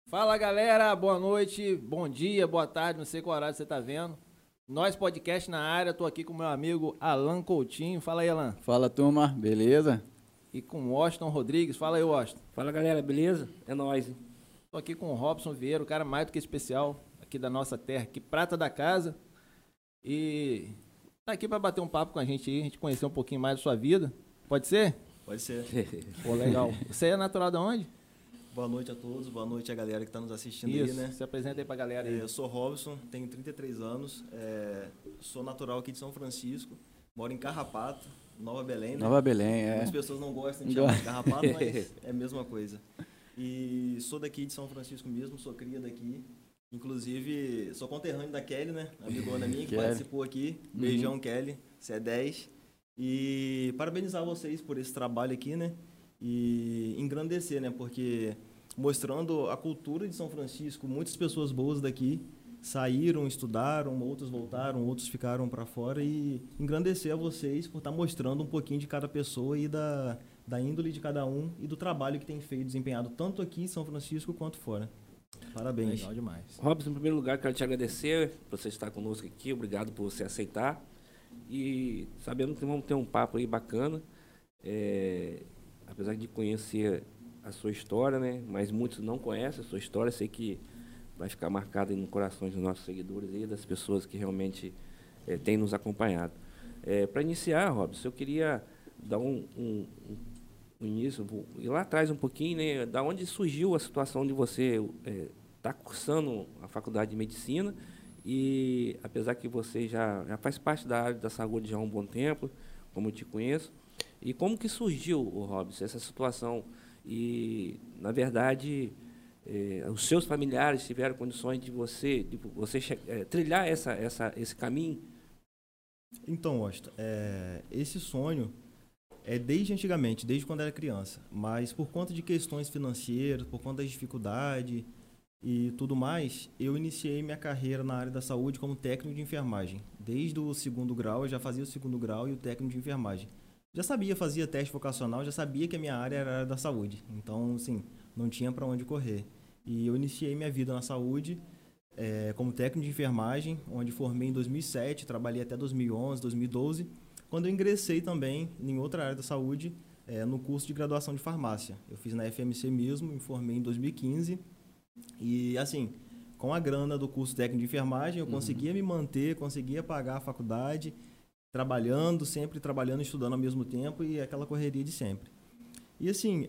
Fala galera, boa noite, bom dia, boa tarde, não sei qual horário você tá vendo. Nós Podcast na área, tô aqui com meu amigo Alan Coutinho. Fala aí, Alan. Fala, turma, beleza? E com o Washington Rodrigues. Fala aí, Washington. Fala galera, beleza? É nóis, hein? Tô aqui com o Robson Vieira, o cara mais do que especial aqui da nossa terra, aqui, prata da casa. E tá aqui pra bater um papo com a gente conhecer um pouquinho mais da sua vida. Pode ser? Pode ser. Pô, legal. Você é natural de onde? Boa noite a todos, boa noite a galera que está nos assistindo Isso, aí, né? se apresenta aí pra galera aí. Eu sou Robson, tenho 33 anos, sou natural aqui de São Francisco, moro em Carrapato, Nova Belém, né? Nova Belém, é. Muitas pessoas não gostam de chamar de Carrapato, mas é a mesma coisa. E sou daqui de São Francisco mesmo, sou cria daqui. Inclusive, sou conterrâneo da Kelly, né? Amigona minha que participou aqui. Beijão, Kelly, você é 10. E parabenizar vocês por esse trabalho aqui, né? E engrandecer, né? Porque mostrando a cultura de São Francisco, muitas pessoas boas daqui saíram, estudaram, outros voltaram, outros ficaram para fora, e engrandecer a vocês por estar mostrando um pouquinho de cada pessoa e da índole de cada um e do trabalho que tem feito, desempenhado tanto aqui em São Francisco quanto fora. Parabéns. Legal demais. Robson, em primeiro lugar, quero te agradecer por você estar conosco aqui, obrigado por você aceitar. E sabendo que vamos ter um papo aí bacana, apesar de conhecer a sua história, né? Mas muitos não conhecem a sua história, sei que vai ficar marcada no coração dos nossos seguidores e das pessoas que realmente têm nos acompanhado. Para iniciar, Robson, eu queria dar um início, vou ir lá atrás um pouquinho, né? Da onde surgiu a situação de você estar cursando a faculdade de medicina, e apesar que você já faz parte da área da saúde já há um bom tempo, como eu te conheço, e como que surgiu, Robson, essa situação? E, na verdade, os seus familiares tiveram condições de você trilhar esse caminho? Então, Washington, esse sonho é desde antigamente, desde quando era criança. Mas por conta de questões financeiras, por conta das dificuldades e tudo mais, eu iniciei minha carreira na área da saúde como técnico de enfermagem. Desde o 2º grau, eu já fazia o 2º grau e o técnico de enfermagem. Já sabia, fazia teste vocacional, já sabia que a minha área era a área da saúde. Então, assim, não tinha para onde correr. E eu iniciei minha vida na saúde como técnico de enfermagem, onde formei em 2007, trabalhei até 2011, 2012, quando eu ingressei também em outra área da saúde, no curso de graduação de farmácia. Eu fiz na FMC mesmo, me formei em 2015. E, assim, com a grana do curso técnico de enfermagem, eu conseguia me manter, conseguia pagar a faculdade, trabalhando, sempre trabalhando e estudando ao mesmo tempo, e aquela correria de sempre. E, assim,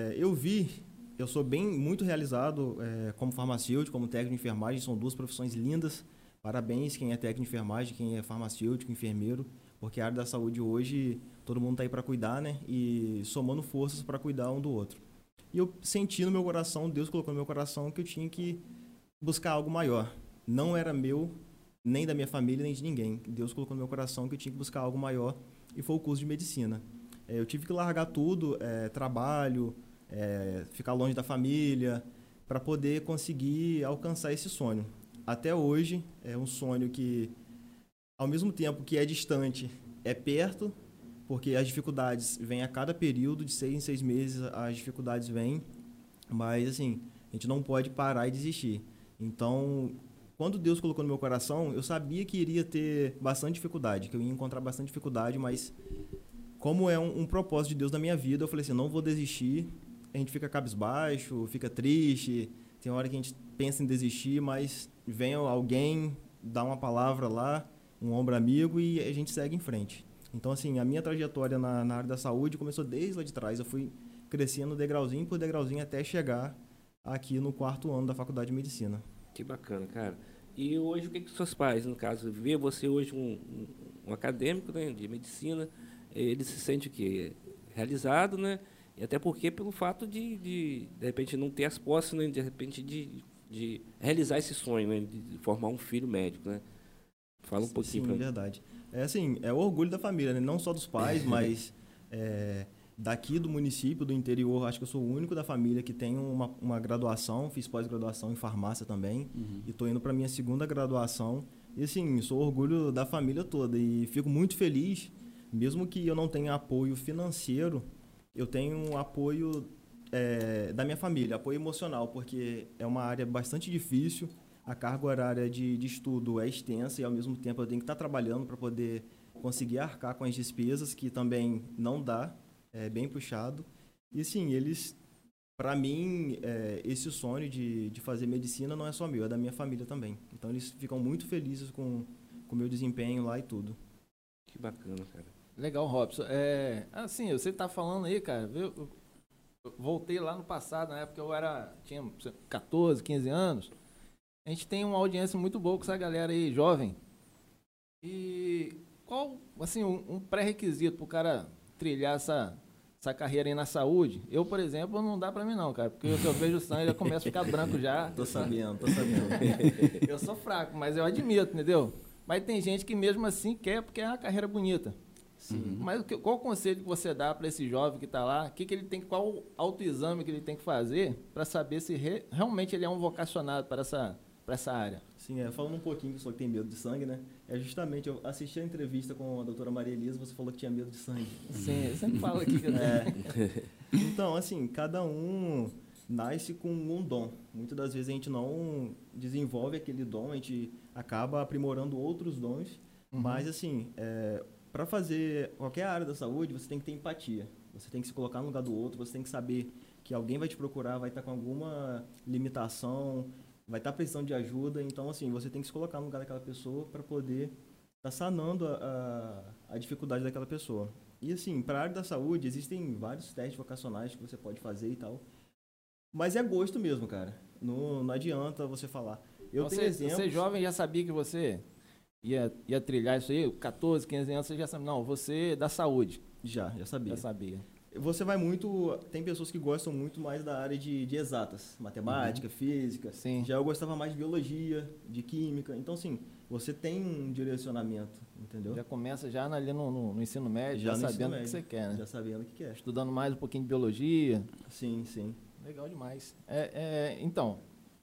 eu sou muito realizado como farmacêutico, como técnico de enfermagem, são duas profissões lindas. Parabéns quem é técnico de enfermagem, quem é farmacêutico, enfermeiro, porque a área da saúde hoje, todo mundo está aí para cuidar, né? E somando forças para cuidar um do outro. E eu senti no meu coração, Deus colocou no meu coração que eu tinha que buscar algo maior. Não era meu, nem da minha família, nem de ninguém. Deus colocou no meu coração que eu tinha que buscar algo maior, e foi o curso de medicina. Eu tive que largar tudo, trabalho, ficar longe da família, para poder conseguir alcançar esse sonho. Até hoje, é um sonho que, ao mesmo tempo que é distante, é perto, porque as dificuldades vêm a cada período, de 6 em 6 meses as dificuldades vêm, mas, assim, a gente não pode parar e desistir. Então, quando Deus colocou no meu coração, eu sabia que iria ter bastante dificuldade, que eu ia encontrar bastante dificuldade, mas como é um propósito de Deus na minha vida, eu falei assim, não vou desistir. A gente fica cabisbaixo, fica triste, tem hora que a gente pensa em desistir, mas vem alguém, dá uma palavra lá, um ombro amigo, e a gente segue em frente. Então, assim, a minha trajetória na área da saúde começou desde lá de trás. Eu fui crescendo degrauzinho por degrauzinho até chegar aqui no 4º ano da faculdade de medicina. Que bacana, cara. E hoje, o que seus pais, no caso, vê você hoje um acadêmico, né, de medicina, ele se sente o quê? Realizado, né? E até porque pelo fato de repente, não ter as posses, né, de repente, de realizar esse sonho, né, de formar um filho médico, né? Fala um pouquinho. Sim, verdade. É o orgulho da família, né? Não só dos pais, mas daqui do município, do interior. Acho que eu sou o único da família que tem uma graduação, fiz pós-graduação em farmácia também, e estou indo para a minha 2ª graduação. E, assim, sou orgulho da família toda e fico muito feliz, mesmo que eu não tenha apoio financeiro, eu tenho um apoio da minha família, apoio emocional, porque é uma área bastante difícil, a carga horária de estudo é extensa e, ao mesmo tempo, eu tenho que estar trabalhando para poder conseguir arcar com as despesas, que também não dá, é bem puxado. E, sim, para mim, esse sonho de fazer medicina não é só meu, é da minha família também. Então, eles ficam muito felizes com o meu desempenho lá e tudo. Que bacana, cara. Legal, Robson. Assim, você tá falando aí, cara, eu voltei lá no passado, na época que eu tinha 14, 15 anos. A gente tem uma audiência muito boa com essa galera aí, jovem. E qual, assim, um pré-requisito pro cara trilhar essa carreira aí na saúde? Eu, por exemplo, não dá pra mim não, cara, porque se eu vejo o sangue, já começa a ficar branco já. Tô sabendo. Eu sou fraco, mas eu admito, entendeu? Mas tem gente que mesmo assim quer, porque é uma carreira bonita. Sim. Mas qual o conselho que você dá para esse jovem que está lá? Que ele tem, qual o autoexame que ele tem que fazer para saber se realmente ele é um vocacionado para essa área? Sim, falando um pouquinho sobre que tem medo de sangue, né? Eu assisti a entrevista com a doutora Maria Elisa, você falou que tinha medo de sangue. Sim, eu sempre falo aqui que eu tenho. Então, assim, cada um nasce com um dom. Muitas das vezes a gente não desenvolve aquele dom, a gente acaba aprimorando outros dons. Mas, assim, para fazer qualquer área da saúde, você tem que ter empatia. Você tem que se colocar no lugar do outro, você tem que saber que alguém vai te procurar, vai estar com alguma limitação, vai estar precisando de ajuda. Então, assim, você tem que se colocar no lugar daquela pessoa para poder estar sanando a dificuldade daquela pessoa. E, assim, para a área da saúde, existem vários testes vocacionais que você pode fazer e tal. Mas é gosto mesmo, cara. Não adianta você falar. Você jovem já sabia que você ia trilhar isso aí? 14, 15 anos, você já sabe. Não, você é da saúde. Já sabia. Já sabia. Você vai muito... Tem pessoas que gostam muito mais da área de exatas. Matemática, física. Sim. Já eu gostava mais de biologia, de química. Então, assim, você tem um direcionamento, entendeu? Já começa já ali no ensino médio, já sabendo o que você quer, né? Já sabendo o que quer. Estudando mais um pouquinho de biologia. Sim. Legal demais. Então,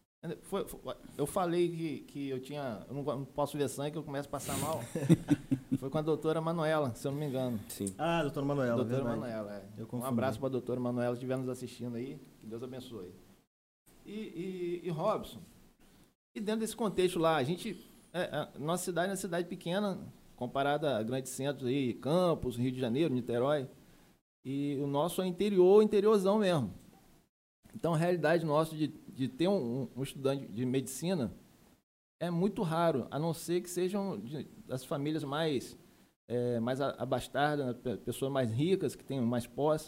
eu falei que eu não posso ver sangue, que eu começo a passar mal. Foi com a doutora Manuela, se eu não me engano. Sim. Ah, doutora Manuela, Doutora verdade. Manuela, Eu Um confundi. abraço para a doutora Manuela, que estiver nos assistindo aí. Que Deus abençoe. E Robson, e dentro desse contexto lá, a gente... nossa cidade é uma cidade pequena, comparada a grandes centros aí, Campos, Rio de Janeiro, Niterói. E o nosso é interiorzão mesmo. Então, a realidade nossa de ter um estudante de medicina é muito raro, a não ser que sejam das famílias mais abastadas, né, pessoas mais ricas, que tenham mais posse.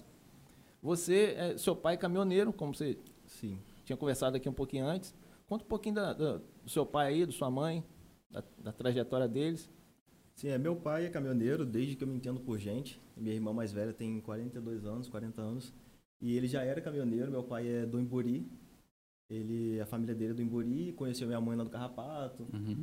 Seu pai é caminhoneiro, como você Sim. tinha conversado aqui um pouquinho antes. Conta um pouquinho do seu pai aí, da sua mãe, da trajetória deles. Sim, meu pai é caminhoneiro desde que eu me entendo por gente. Minha irmã mais velha tem 42 anos, 40 anos. E ele já era caminhoneiro, meu pai é do Imburi. A família dele é do Imburi, conheceu minha mãe lá do Carrapato.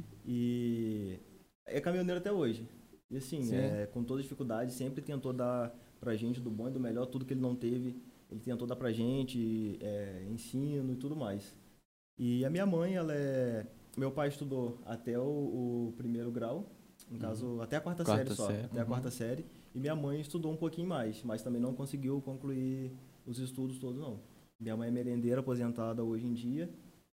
E é caminhoneiro até hoje. E assim, com toda dificuldade, sempre tentou dar pra gente do bom e do melhor, tudo que ele não teve, ele tentou dar pra gente, ensino e tudo mais. E a minha mãe, meu pai estudou até o primeiro grau, no caso, até a quarta série só, até a quarta série. E minha mãe estudou um pouquinho mais, mas também não conseguiu concluir os estudos todos, não. Minha mãe é merendeira, aposentada hoje em dia,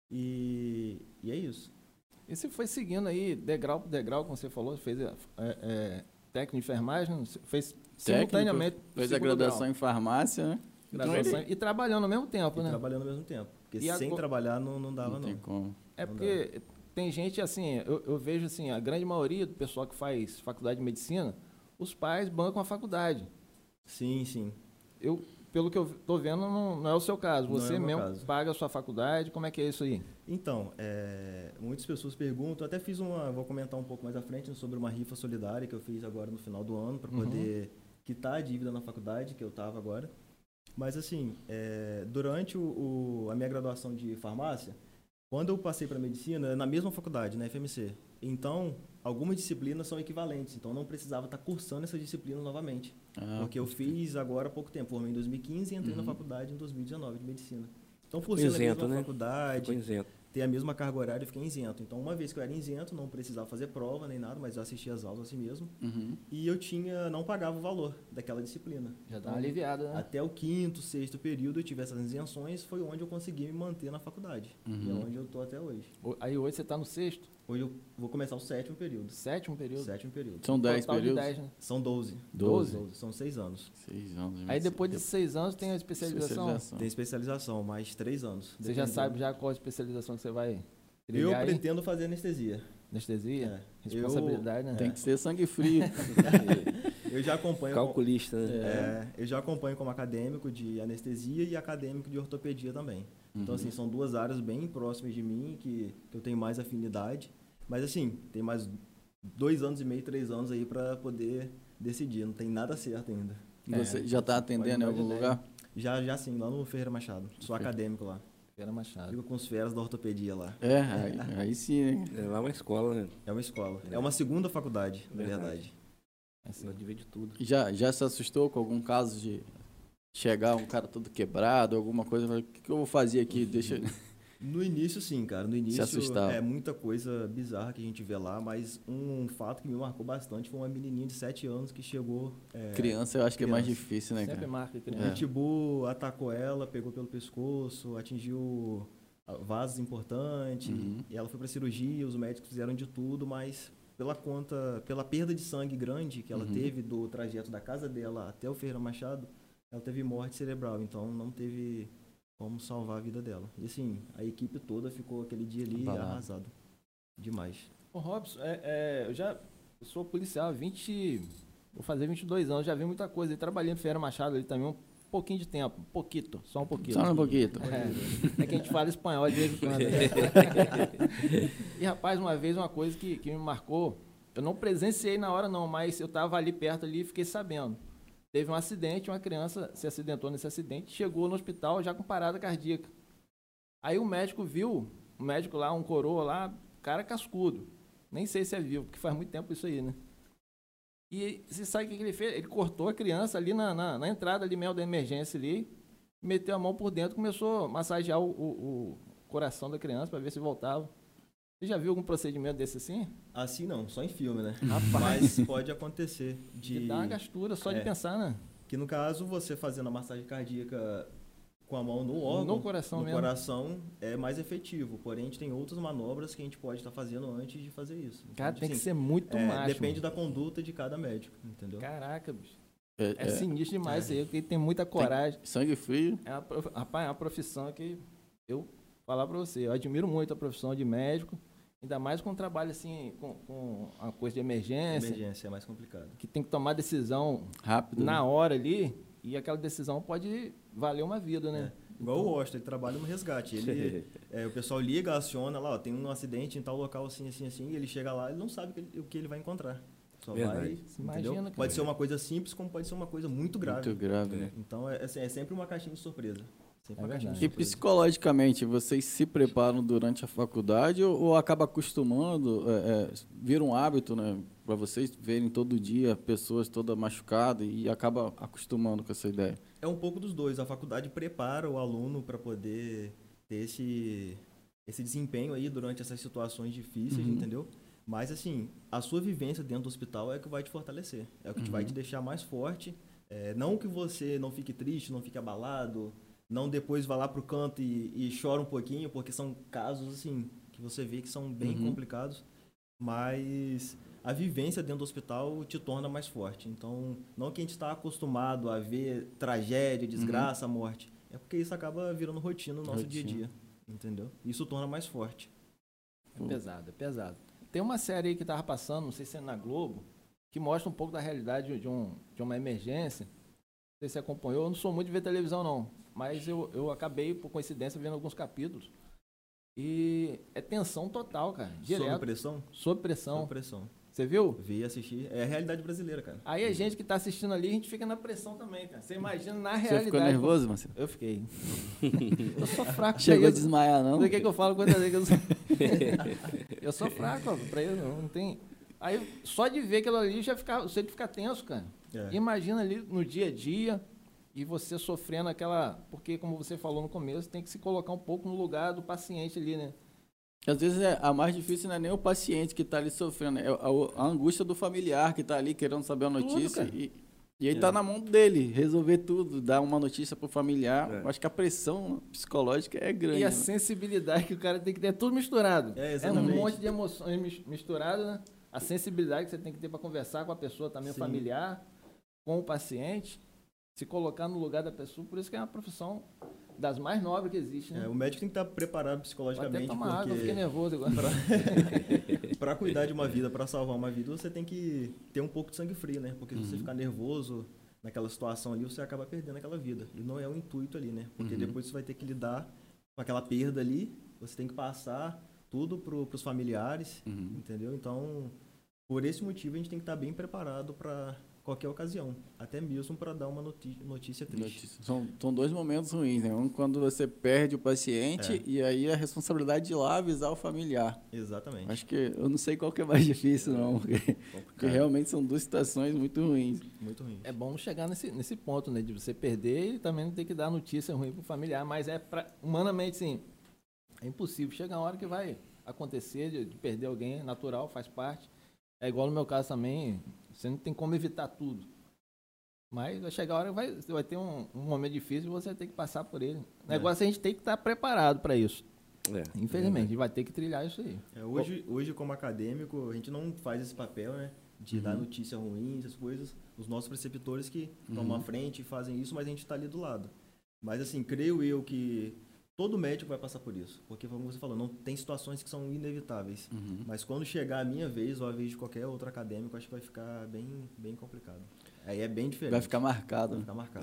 e é isso. E você foi seguindo aí, degrau por degrau, como você falou, fez técnico de enfermagem, fez simultaneamente. Fez a graduação em farmácia, né? Graduação, e trabalhando ao mesmo tempo, né? Trabalhando ao mesmo tempo, porque sem trabalhar não dava, não. Tem como. Porque tem gente, assim, eu vejo assim, a grande maioria do pessoal que faz faculdade de medicina, os pais bancam a faculdade. Sim. Pelo que eu tô vendo, não é o seu caso. Você mesmo paga a sua faculdade, como é que é isso aí? Então, muitas pessoas perguntam, até vou comentar um pouco mais à frente sobre uma rifa solidária que eu fiz agora no final do ano, para poder quitar a dívida na faculdade, que eu estava agora. Mas assim, durante a minha graduação de farmácia, quando eu passei para medicina, na mesma faculdade, na FMC, então algumas disciplinas são equivalentes, então não precisava estar cursando essa disciplina novamente. Porque eu fiz agora há pouco tempo, formei em 2015 e entrei na faculdade em 2019 de medicina. Então, por ser na mesma faculdade, ter a mesma carga horária, eu fiquei isento. Então, uma vez que eu era isento, não precisava fazer prova nem nada, mas eu assistia as aulas assim mesmo. E eu não pagava o valor daquela disciplina. Já dá uma aliviada, né? Até o 5º, 6º período eu tive essas isenções, foi onde eu consegui me manter na faculdade. E é onde eu estou até hoje. Aí hoje você está no 6º? Hoje eu vou começar o 7º período. 7º período? 7º período. São 10 Total de períodos? 10, né? São 12. 12? São 6 anos. 6 anos. Aí depois de 6 anos tem a especialização? Tem especialização, mais 3 anos. Você já sabe já qual a especialização que você vai Eu trilhar aí? pretendo fazer anestesia. Anestesia? É. Responsabilidade, né? Tem que ser sangue frio. Eu já acompanho... Calculista, né? eu já acompanho como acadêmico de anestesia e acadêmico de ortopedia também. Então, assim, são 2 áreas bem próximas de mim, que eu tenho mais afinidade. Mas, assim, tem mais 2 anos e meio, 3 anos aí para poder decidir. Não tem nada certo ainda. Você já está atendendo em algum lugar? Já sim, lá no Ferreira Machado. Sou acadêmico lá. Ferreira Machado. Fico com os feras da ortopedia lá. Aí sim, né? É lá uma escola, né? É uma escola. É uma segunda faculdade, na verdade. Assim. Ela divide tudo. Já se assustou com algum caso de chegar um cara todo quebrado, alguma coisa? O que eu vou fazer aqui? Deixa... No início, sim, cara. No início assustava. é muita coisa bizarra que a gente vê lá, mas um fato que me marcou bastante foi uma menininha de 7 anos que chegou... Criança eu acho que é mais criança. difícil, né, Sempre cara? marca O criança. pitbull atacou ela, pegou pelo pescoço, atingiu vasos importantes, e ela foi para cirurgia, os médicos fizeram de tudo, mas pela perda de sangue grande que ela teve do trajeto da casa dela até o Ferreira Machado, ela teve morte cerebral, então não teve como salvar a vida dela. E assim, a equipe toda ficou aquele dia ali arrasada. Demais. Ô, Robson, eu sou policial há vou fazer 22 anos, já vi muita coisa. Eu trabalhei no Ferreira Machado ali também um pouquinho de tempo, só um pouquinho. Só um pouquinho. É que a gente fala espanhol de vez em quando. Né? E, rapaz, uma vez uma coisa que me marcou, eu não presenciei na hora não, mas eu estava ali perto ali e fiquei sabendo. Teve um acidente, uma criança se acidentou nesse acidente, chegou no hospital já com parada cardíaca. Aí o médico lá, um coroa lá, cara cascudo. Nem sei se é vivo, porque faz muito tempo isso aí, né? E você sabe o que ele fez? Ele cortou a criança ali na entrada ali mesmo da emergência ali, meteu a mão por dentro, começou a massagear o coração da criança para ver se voltava. Você já viu algum procedimento desse assim? Assim não, só em filme, né? Rapaz. Mas pode acontecer De dar uma gastura só de pensar, né? Que no caso, você fazendo a massagem cardíaca com a mão no órgão, no coração mesmo. coração é mais efetivo. Porém, a gente tem outras manobras que a gente pode estar fazendo antes de fazer isso. Então, Cara, tem que assim, ser muito macho. depende da conduta de cada médico, entendeu? Caraca, bicho. É sinistro demais isso aí, porque tem muita coragem. Sangue frio. Rapaz, é uma profissão que eu falar pra você, eu admiro muito a profissão de médico, ainda mais com um trabalho assim, com uma coisa de emergência. Emergência é mais complicado. Que tem que tomar decisão rápido na hora ali, e aquela decisão pode valer uma vida, né? Igual o Washington, ele trabalha no resgate. Ele, o pessoal liga, aciona lá, ó, tem um acidente em tal local assim, assim, assim, e ele chega lá, ele não sabe o que ele vai encontrar. Só vai, imagina, cara. Pode ser uma coisa simples, como pode ser uma coisa muito grave. Muito grave, né? Então, é sempre uma caixinha de surpresa. E psicologicamente, vocês se preparam durante a faculdade ou acaba acostumando, vira um hábito, né, para vocês verem todo dia pessoas todas machucadas e acaba acostumando com essa ideia? É um pouco dos dois. A faculdade prepara o aluno para poder ter esse desempenho aí durante essas situações difíceis, entendeu? Mas, assim, a sua vivência dentro do hospital é o que vai te fortalecer. É o que vai te deixar mais forte. Não que você não fique triste, não fique abalado, não depois vá lá pro canto e chora um pouquinho, porque são casos, assim, que você vê que são bem complicados. Mas a vivência dentro do hospital te torna mais forte. Então, não que a gente está acostumado a ver tragédia, desgraça, morte. É porque isso acaba virando rotina no nosso dia a dia. Entendeu? Isso torna mais forte. É pesado, é pesado. Tem uma série aí que estava passando, não sei se é na Globo, que mostra um pouco da realidade de uma emergência. Não sei se você acompanhou. Eu não sou muito de ver televisão, não. Mas eu acabei, por coincidência, vendo alguns capítulos. E é tensão total, cara. Direto. Sob pressão? Sob pressão. Sob pressão. Você viu? Vi, assisti. É a realidade brasileira, cara. Aí a gente que tá assistindo ali, a gente fica na pressão também, cara. Você imagina na realidade. Você ficou nervoso, Marcelo? Eu fiquei. Eu sou fraco. Chegou a desmaiar, não? Do que eu falo quando eu sou... Eu sou fraco, ó, pra isso não tem... Aí, só de ver aquilo ali, você fica tenso, cara. Imagina ali no dia a dia e você sofrendo aquela... Porque, como você falou no começo, tem que se colocar um pouco no lugar do paciente ali, né? Às vezes a mais difícil não é nem o paciente que está ali sofrendo, é a angústia do familiar que está ali querendo saber a notícia. E aí está na mão dele resolver tudo, dar uma notícia para o familiar. Eu acho que a pressão psicológica é grande. E a sensibilidade que o cara tem que ter, é tudo misturado. É um monte de emoções misturadas, né? A sensibilidade que você tem que ter para conversar com a pessoa também, o familiar, com o paciente, se colocar no lugar da pessoa. Por isso que é uma profissão das mais nobres que existe, né? O médico tem que estar preparado psicologicamente. Vou até tomar água, eu fiquei nervoso agora. Para cuidar de uma vida, para salvar uma vida, você tem que ter um pouco de sangue frio, né? Porque se você ficar nervoso naquela situação ali, você acaba perdendo aquela vida. E não é o intuito ali, né? Porque depois você vai ter que lidar com aquela perda ali, você tem que passar tudo para os familiares, entendeu? Então, por esse motivo, a gente tem que estar bem preparado para qualquer ocasião, até mesmo para dar uma notícia triste. São dois momentos ruins, né? Um quando você perde o paciente e aí a responsabilidade de ir lá avisar o familiar. Exatamente. Acho que eu não sei qual que é mais difícil, não, porque realmente são duas situações muito ruins. Muito ruins. É bom não chegar nesse ponto, né? De você perder e também não ter que dar notícia ruim pro familiar, mas humanamente, sim, é impossível. Chega a hora que vai acontecer de perder alguém, é natural, faz parte. É igual no meu caso também, você não tem como evitar tudo. Mas vai chegar a hora que você vai ter um momento difícil e você vai ter que passar por ele. O negócio é a gente tem que estar preparado para isso. Infelizmente, a gente vai ter que trilhar isso aí. Hoje, como acadêmico, a gente não faz esse papel, né? De dar notícia ruim, essas coisas. Os nossos preceptores que tomam à frente e fazem isso, mas a gente está ali do lado. Mas, assim, creio eu que todo médico vai passar por isso. Porque, como você falou, não tem situações que são inevitáveis. Mas quando chegar a minha vez ou a vez de qualquer outro acadêmico, acho que vai ficar bem complicado. Aí é bem diferente. Vai ficar marcado. Vai ficar marcado.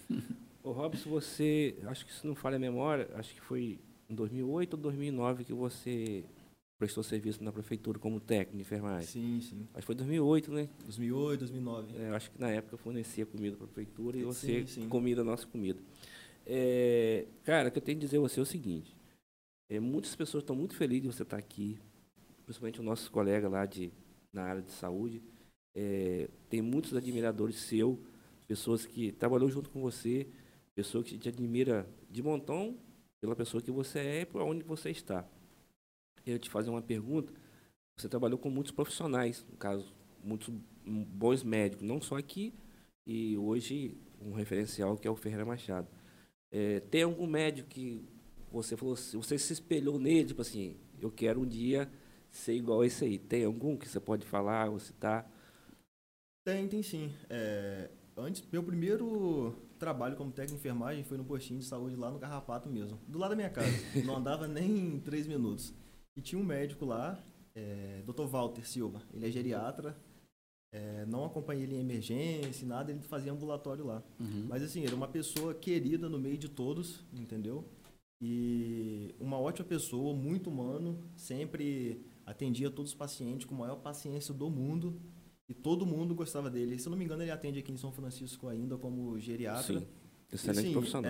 Ô, Robson, você, acho que se não falha a memória, acho que foi em 2008 ou 2009 que você prestou serviço na prefeitura como técnico de enfermagem. Sim. Acho que foi 2008, né? 2008, 2009. Acho que na época eu fornecia comida para a prefeitura e você comia a nossa comida. Cara, o que eu tenho que dizer a você é o seguinte. Muitas pessoas estão muito felizes de você estar aqui, principalmente o nosso colega lá na área de saúde. Tem muitos admiradores seus, pessoas que trabalhou junto com você, pessoas que te admira de montão pela pessoa que você é e por onde você está. Eu ia te fazer uma pergunta. Você trabalhou com muitos profissionais, no caso, muitos bons médicos, não só aqui, e hoje um referencial que é o Ferreira Machado. Tem algum médico que você falou, você se espelhou nele, tipo assim, eu quero um dia ser igual a esse aí. Tem algum que você pode falar ou citar? Tem sim. Meu primeiro trabalho como técnico de enfermagem foi no postinho de saúde lá no Carrapato mesmo, do lado da minha casa. Não andava nem 3 minutos. E tinha um médico lá, Dr. Walter Silva. Ele é geriatra. Não acompanhei ele em emergência, nada, ele fazia ambulatório lá. Mas assim, era uma pessoa querida no meio de todos, entendeu? E uma ótima pessoa, muito humano, sempre atendia todos os pacientes com a maior paciência do mundo. E todo mundo gostava dele. Se eu não me engano, ele atende aqui em São Francisco ainda como geriatra. Sim, excelente profissional.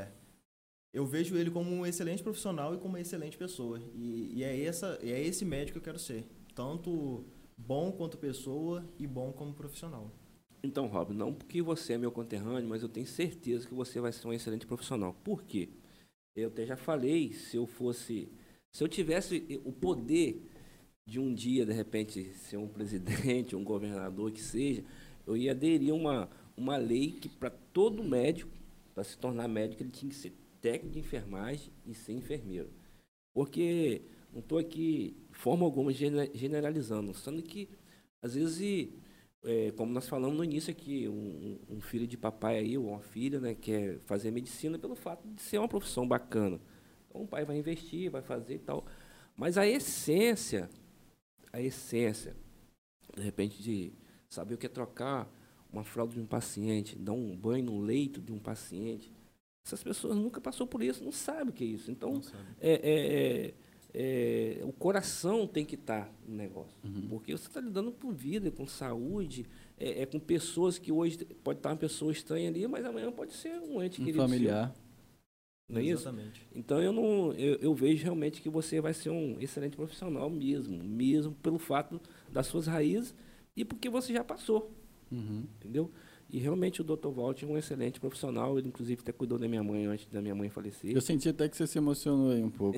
Eu vejo ele como um excelente profissional e como uma excelente pessoa. E é esse médico que eu quero ser. Tanto bom quanto pessoa e bom como profissional. Então, Rob, não porque você é meu conterrâneo, mas eu tenho certeza que você vai ser um excelente profissional. Por quê? Eu até já falei, se eu tivesse o poder de um dia, de repente, ser um presidente, um governador, que seja, eu ia aderir uma lei que para todo médico, para se tornar médico, ele tinha que ser técnico de enfermagem e ser enfermeiro. Porque não estou aqui, de forma alguma, generalizando, sendo que, às vezes, como nós falamos no início aqui, um filho de papai aí, ou uma filha, né, quer fazer medicina pelo fato de ser uma profissão bacana. Então, o pai vai investir, vai fazer e tal. Mas a essência, de repente, de saber o que é trocar uma fralda de um paciente, dar um banho no leito de um paciente, essas pessoas nunca passou por isso, não sabem o que é isso. Então, o coração tem que estar no negócio. Porque você está lidando com vida, com saúde, com pessoas que hoje pode estar uma pessoa estranha ali, mas amanhã pode ser um ente querido familiar. Seu. Não é isso? Exatamente. Então eu vejo realmente que você vai ser um excelente profissional mesmo pelo fato das suas raízes e porque você já passou. Entendeu? E realmente o Dr. Walt é um excelente profissional, ele inclusive até cuidou da minha mãe antes da minha mãe falecer. Eu senti até que você se emocionou aí um pouco.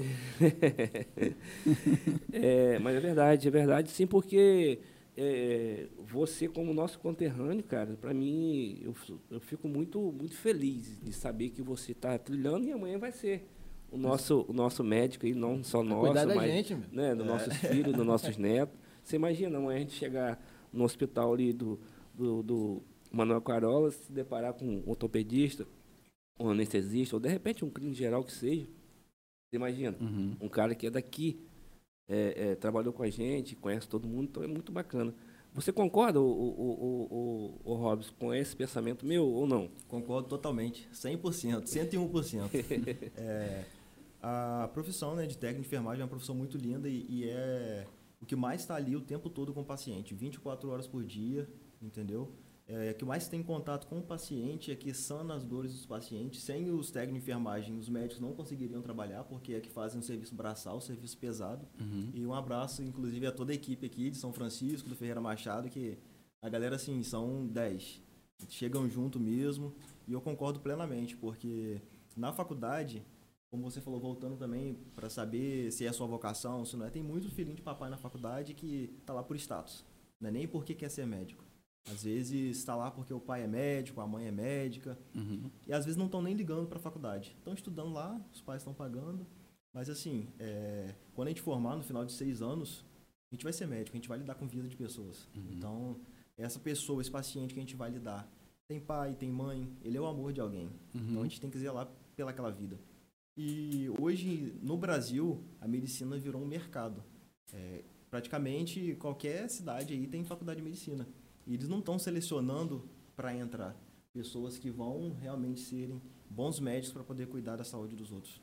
Mas é verdade sim, porque você como nosso conterrâneo, cara, para mim, eu fico muito, muito feliz de saber que você está trilhando e amanhã vai ser o nosso médico, e não só nosso, cuidar da mas gente, meu. né, dos nossos filhos, dos nossos netos. Você imagina amanhã a gente chegar no hospital ali do Manuel Carola, se deparar com um ortopedista, um anestesista, ou de repente um clínico geral que seja. Você imagina, um cara que é daqui, trabalhou com a gente, conhece todo mundo, então é muito bacana. Você concorda, o Robson, com esse pensamento meu ou não? Concordo totalmente, 100%, 101%. A profissão, né, de técnico de enfermagem é uma profissão muito linda e é o que mais está ali o tempo todo com o paciente, 24 horas por dia, entendeu? O que mais tem contato com o paciente, é que sana as dores dos pacientes. Sem os técnicos de enfermagem, os médicos não conseguiriam trabalhar, porque é que fazem um serviço braçal, um serviço pesado. E um abraço, inclusive, a toda a equipe aqui de São Francisco, do Ferreira Machado, que a galera, assim, são 10. Chegam junto mesmo, e eu concordo plenamente, porque na faculdade, como você falou, voltando também para saber se é a sua vocação, se não é, tem muito filhinho de papai na faculdade que tá lá por status, não é nem porque quer ser médico. Às vezes está lá porque o pai é médico, a mãe é médica, e às vezes não estão nem ligando para a faculdade. Estão estudando lá, os pais estão pagando, mas assim, quando a gente formar no final de 6 anos, a gente vai ser médico, a gente vai lidar com vida de pessoas. Então, essa pessoa, esse paciente que a gente vai lidar, tem pai, tem mãe, ele é o amor de alguém. Então a gente tem que zelar pelaquela vida. E hoje, no Brasil, a medicina virou um mercado. Praticamente qualquer cidade aí tem faculdade de medicina. E eles não estão selecionando para entrar pessoas que vão realmente serem bons médicos para poder cuidar da saúde dos outros.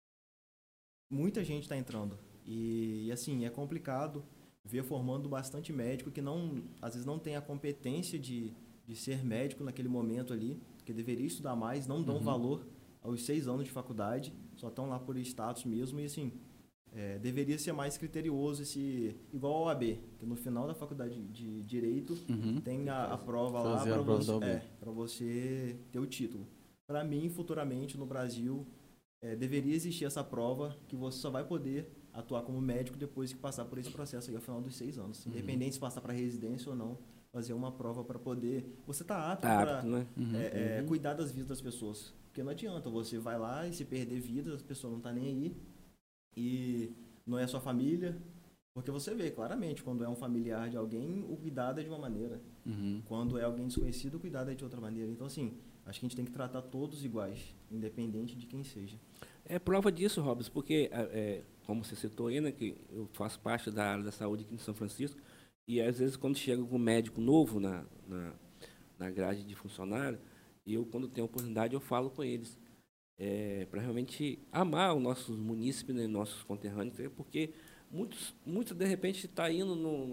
Muita gente está entrando. E assim, é complicado ver formando bastante médico que às vezes não tem a competência de ser médico naquele momento ali, que deveria estudar mais, não dão valor aos 6 anos de faculdade, só estão lá por status mesmo. E assim, deveria ser mais criterioso, igual ao OAB, que no final da faculdade de Direito tem a prova lá para você ter o título. Para mim, futuramente, no Brasil, deveria existir essa prova que você só vai poder atuar como médico depois que passar por esse processo aí ao final dos 6 anos. Independente se passar para residência ou não, fazer uma prova para poder... Você está apto para cuidar das vidas das pessoas. Porque não adianta, você vai lá e se perder vidas, a pessoa não está nem aí. E não é sua família, porque você vê claramente, quando é um familiar de alguém, o cuidado é de uma maneira. Quando é alguém desconhecido, o cuidado é de outra maneira. Então, assim, acho que a gente tem que tratar todos iguais, independente de quem seja. É prova disso, Robson, porque, como você citou aí, né, que eu faço parte da área da saúde aqui em São Francisco, e às vezes quando chega um médico novo na grade de funcionário, quando tenho oportunidade, eu falo com eles. Para realmente amar os nossos munícipes, né, nossos conterrâneos, porque muitos de repente está indo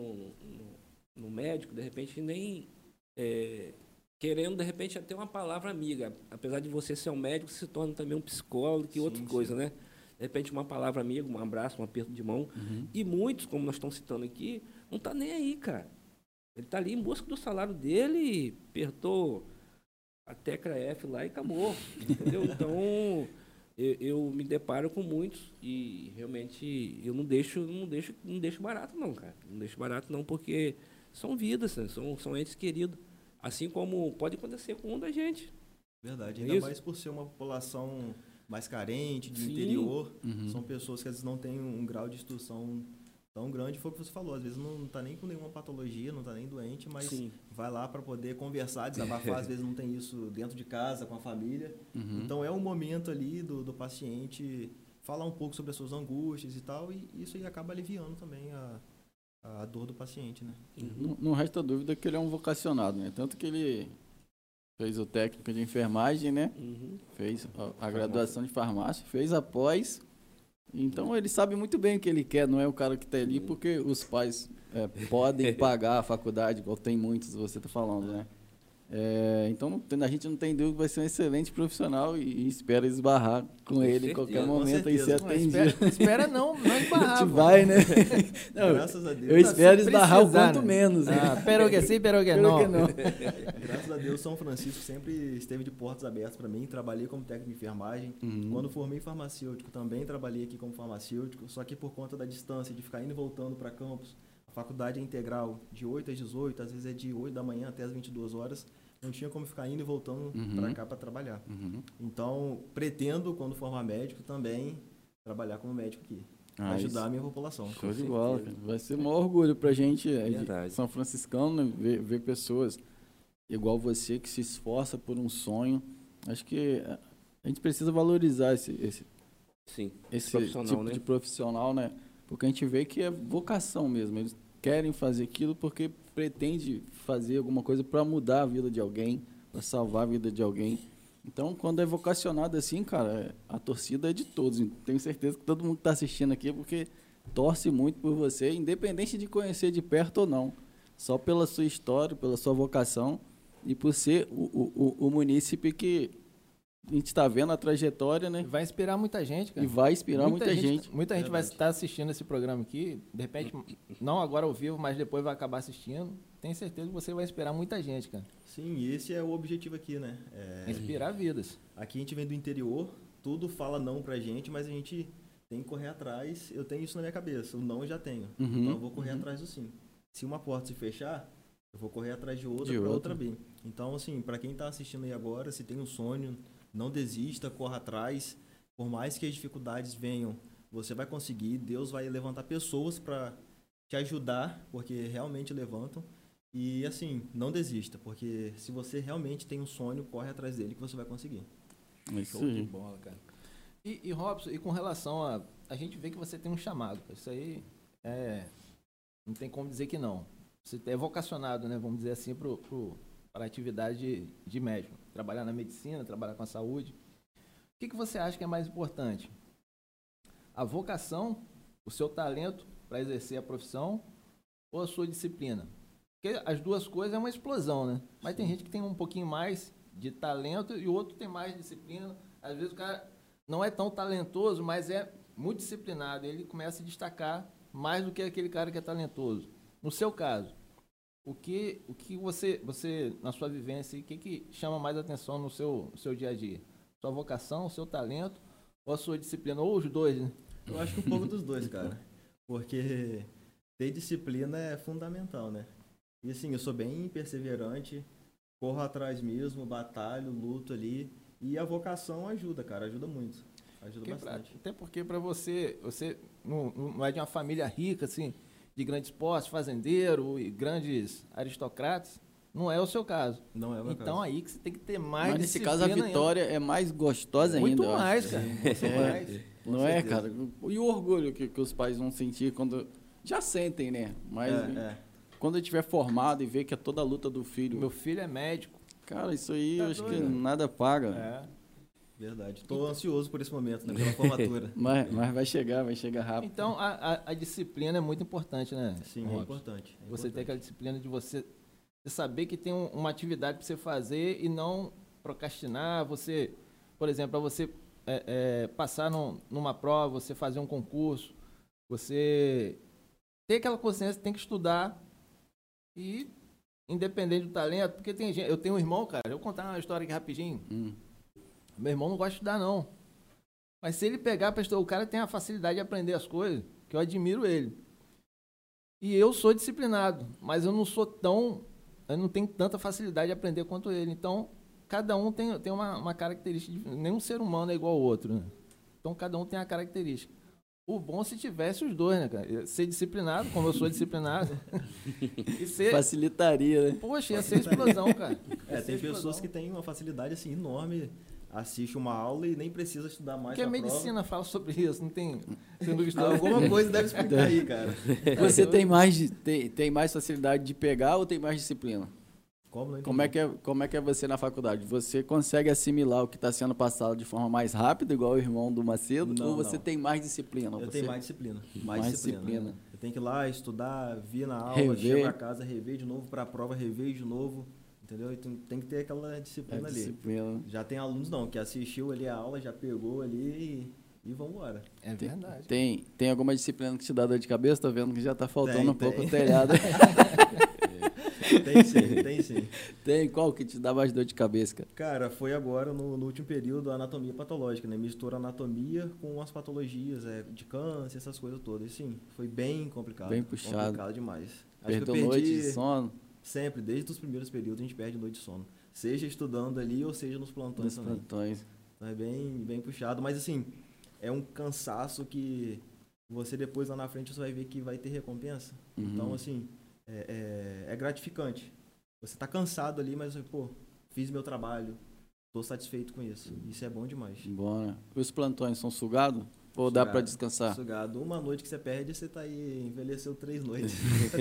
no médico, de repente nem querendo de repente até uma palavra amiga, apesar de você ser um médico, se torna também um psicólogo e outra coisa, né? De repente uma palavra amiga, um abraço, um aperto de mão, e muitos, como nós estamos citando aqui, não tá nem aí, cara. Ele tá ali em busca do salário dele, apertou a tecla F lá e acabou, entendeu? Então, eu me deparo com muitos e realmente eu não deixo barato não, cara. Não deixo barato não, porque são vidas, né? são entes queridos. Assim como pode acontecer com um da gente. Verdade, ainda mais por ser uma população mais carente, de interior. São pessoas que às vezes não têm um grau de instrução tão grande. Foi o que você falou, às vezes não está nem com nenhuma patologia, não está nem doente, mas vai lá para poder conversar, desabafar. Às vezes não tem isso dentro de casa, com a família. Então é um momento ali do paciente falar um pouco sobre as suas angústias e tal, e isso aí acaba aliviando também a dor do paciente, né? Não resta dúvida que ele é um vocacionado, né? Tanto que ele fez o técnico de enfermagem, né? Fez a graduação de farmácia, fez a pós. Então ele sabe muito bem o que ele quer, não é o cara que está ali porque os pais podem pagar a faculdade, igual tem muitos, você está falando, né? Então, a gente não tem dúvida que vai ser um excelente profissional e espera esbarrar com ele em qualquer momento e ser atendido. Espera não esbarrar. A gente vai, né? Não, Graças a Deus. eu espero esbarrar o precisar, quanto né? menos. Né? Pero que sim, pero que não. Graças a Deus, São Francisco sempre esteve de portas abertas para mim. Trabalhei como técnico de enfermagem. Quando formei farmacêutico, também trabalhei aqui como farmacêutico. Só que por conta da distância, de ficar indo e voltando para campus, a faculdade é integral de 8 às 18, às vezes é de 8 da manhã até as 22 horas. Não tinha como ficar indo e voltando para cá para trabalhar. Então, pretendo, quando formar médico, também trabalhar como médico aqui. Ajudar a minha população. Show de bola, cara. Vai ser um orgulho pra gente, Verdade. São Franciscano, né? Ver pessoas igual você que se esforça por um sonho. Acho que a gente precisa valorizar esse profissional, tipo né? de profissional, né? Porque a gente vê que é vocação mesmo. Eles querem fazer aquilo porque pretende fazer alguma coisa para mudar a vida de alguém, para salvar a vida de alguém. Então, quando é vocacionado assim, cara, a torcida é de todos. Tenho certeza que todo mundo que está assistindo aqui porque torce muito por você, independente de conhecer de perto ou não. Só pela sua história, pela sua vocação e por ser o munícipe que a gente está vendo a trajetória, né? Vai inspirar muita gente, cara. E vai inspirar muita gente. Muita gente vai estar assistindo esse programa aqui, de repente, não agora ao vivo, mas depois vai acabar assistindo. Tenho certeza que você vai inspirar muita gente, cara. Sim, e esse é o objetivo aqui, né? Inspirar vidas. Aqui a gente vem do interior, tudo fala não pra gente, mas a gente tem que correr atrás. Eu tenho isso na minha cabeça, o não eu já tenho. Então eu vou correr atrás do sim. Se uma porta se fechar, eu vou correr atrás de outra para outra abrir. Então, assim, para quem tá assistindo aí agora, se tem um sonho, não desista, corra atrás. Por mais que as dificuldades venham, você vai conseguir. Deus vai levantar pessoas para te ajudar, porque realmente levantam. E, assim, não desista, porque se você realmente tem um sonho, corre atrás dele que você vai conseguir. Show de bola, cara. E Robson, e com relação a gente vê que você tem um chamado, cara. Isso aí não tem como dizer que não. Você é vocacionado, né, vamos dizer assim, para a atividade de médico. Trabalhar na medicina, trabalhar com a saúde. O que você acha que é mais importante? A vocação, o seu talento para exercer a profissão ou a sua disciplina? Porque as duas coisas é uma explosão, né? Mas tem gente que tem um pouquinho mais de talento e o outro tem mais disciplina. Às vezes o cara não é tão talentoso, mas é muito disciplinado. Ele começa a se destacar mais do que aquele cara que é talentoso. No seu caso, o que você, na sua vivência, o que chama mais atenção no seu dia a dia? Sua vocação, o seu talento ou a sua disciplina? Ou os dois, né? Eu acho que um pouco dos dois, cara. Porque ter disciplina é fundamental, né? E assim, eu sou bem perseverante, corro atrás mesmo, batalho, luto ali. E a vocação ajuda, cara, ajuda muito. Ajuda bastante. Até porque para você não é de uma família rica, assim, de grandes posses, fazendeiro e grandes aristocratas. Não é o seu caso. Não é o meu caso. Então aí que você tem que ter mais Mas nesse caso a vitória é mais gostosa ainda. Muito mais, cara. Não é, cara? E o orgulho que os pais vão sentir quando... Já sentem, né? Mas quando ele estiver formado e ver que é toda a luta do filho... Meu filho é médico. Cara, isso aí eu acho que nada paga. Verdade. Estou ansioso por esse momento, né? Pela formatura. Mas vai chegar rápido. Então a disciplina é muito importante, né? Sim, é importante. Você ter aquela disciplina de você saber que tem uma atividade para você fazer e não procrastinar. Você, por exemplo, para você passar numa prova, você fazer um concurso, você ter aquela consciência, tem que estudar e independente do talento, porque tem gente, eu tenho um irmão, cara, eu vou contar uma história aqui rapidinho. Meu irmão não gosta de estudar, não. Mas se ele pegar para estudar, o cara tem a facilidade de aprender as coisas, que eu admiro ele. E eu sou disciplinado, mas eu não tenho tanta facilidade de aprender quanto ele. Então, cada um tem uma característica. Nenhum ser humano é igual ao outro, né? Então, cada um tem a característica. O bom se tivesse os dois, né, cara? Ser disciplinado, como eu sou disciplinado. E facilitaria, né? Poxa, ia ser explosão, cara. Tem pessoas que têm uma facilidade assim enorme, assiste uma aula e nem precisa estudar mais. Porque a medicina fala sobre isso, não tem. Alguma coisa deve explicar aí, cara. Você tem mais facilidade de pegar ou tem mais disciplina? Como é que é você na faculdade? Você consegue assimilar o que está sendo passado de forma mais rápida, igual o irmão do Macedo, ou você tem mais disciplina? Eu tenho mais disciplina. Mais disciplina. Eu tenho que ir lá estudar, vir na aula, chegar a casa, rever de novo para a prova, rever de novo. entendeu? Então tem que ter aquela disciplina ali. Disciplina. Já tem alunos não, que assistiu ali a aula, já pegou ali e vambora. É verdade. Tem alguma disciplina que te dá dor de cabeça? Tô vendo que já tá faltando um pouco Tem. o telhado. Tem sim, tem sim. Tem qual que te dá mais dor de cabeça, cara? Cara, foi agora no último período a anatomia patológica, né? Mistura anatomia com as patologias de câncer, essas coisas todas. E sim, foi bem complicado. Bem puxado. Complicado demais. Acho que eu Perdeu noite perdi de sono? sempre, desde os primeiros períodos a gente perde noite de sono. Seja estudando ali ou seja nos plantões Nos também. plantões. Então é bem puxado, mas assim, é um cansaço que você depois lá na frente você vai ver que vai ter recompensa. Uhum. Então, assim, é gratificante. Você tá cansado ali, mas, pô, fiz meu trabalho, tô satisfeito com isso. Isso é bom demais. Bom, né? Os plantões são sugados? Ou dá pra descansar? Sugado. Uma noite que você perde, você tá aí, envelheceu 3 noites.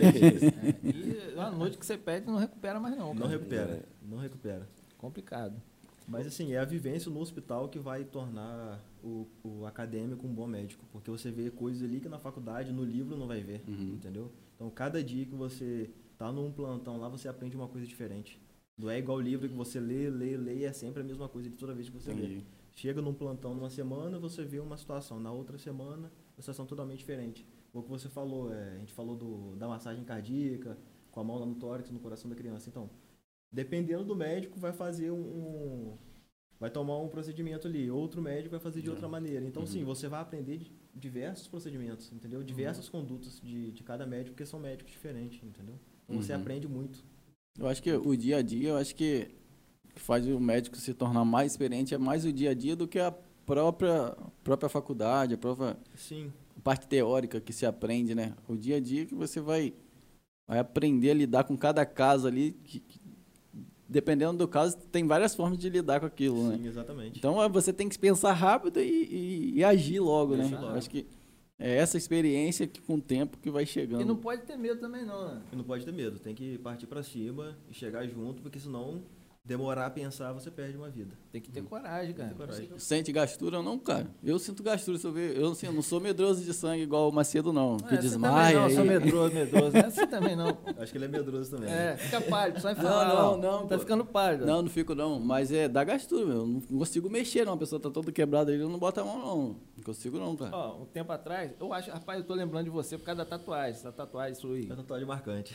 E a noite que você perde não recupera mais não, Não cara. recupera, não recupera. Complicado. Mas assim, é a vivência no hospital que vai tornar o acadêmico um bom médico. Porque você vê coisas ali que na faculdade, no livro, não vai ver, entendeu? Então, cada dia que você tá num plantão lá, você aprende uma coisa diferente. Não é igual o livro que você lê, e é sempre a mesma coisa de toda vez que você lê. Chega num plantão numa semana, você vê uma situação. Na outra semana, uma situação totalmente diferente. O que você falou, a gente falou da massagem cardíaca, com a mão lá no tórax, no coração da criança. Então, dependendo do médico, vai fazer vai tomar um procedimento ali. Outro médico vai fazer de outra maneira. Então, sim, você vai aprender diversos procedimentos, entendeu? Diversas condutas de cada médico, porque são médicos diferentes, entendeu? Então, você aprende muito. Eu acho que o dia a dia, eu acho que faz o médico se tornar mais experiente é mais o dia a dia do que a própria faculdade, a própria Sim. parte teórica que se aprende, né? O dia a dia que você vai aprender a lidar com cada caso ali, que dependendo do caso, tem várias formas de lidar com aquilo, né? Sim, exatamente. Então você tem que pensar rápido e agir logo, né? Agir logo. Eu acho que é essa experiência que com o tempo que vai chegando. E não pode ter medo também não, né? E não pode ter medo, tem que partir pra cima e chegar junto, porque senão demorar a pensar, você perde uma vida. Tem que ter coragem, cara. Tem que ter coragem. Sente gastura ou não, cara? Eu sinto gastura, se eu ver. Eu assim, não sou medroso de sangue igual o Macedo, não. Que Você desmaia. também não, sou aí. medroso. Não é assim também não. Acho que ele é medroso também. É, fica pálido, só em falar. Não, Tá pô. ficando pálido. Não fico não, mas dá gastura, meu. Não consigo mexer, não. A pessoa tá toda quebrada ali, eu não boto a mão, não. Não consigo, não, cara. Ó, um tempo atrás, eu acho, rapaz, eu tô lembrando de você por causa da tatuagem. Essa tatuagem sua aí. É tatuagem marcante.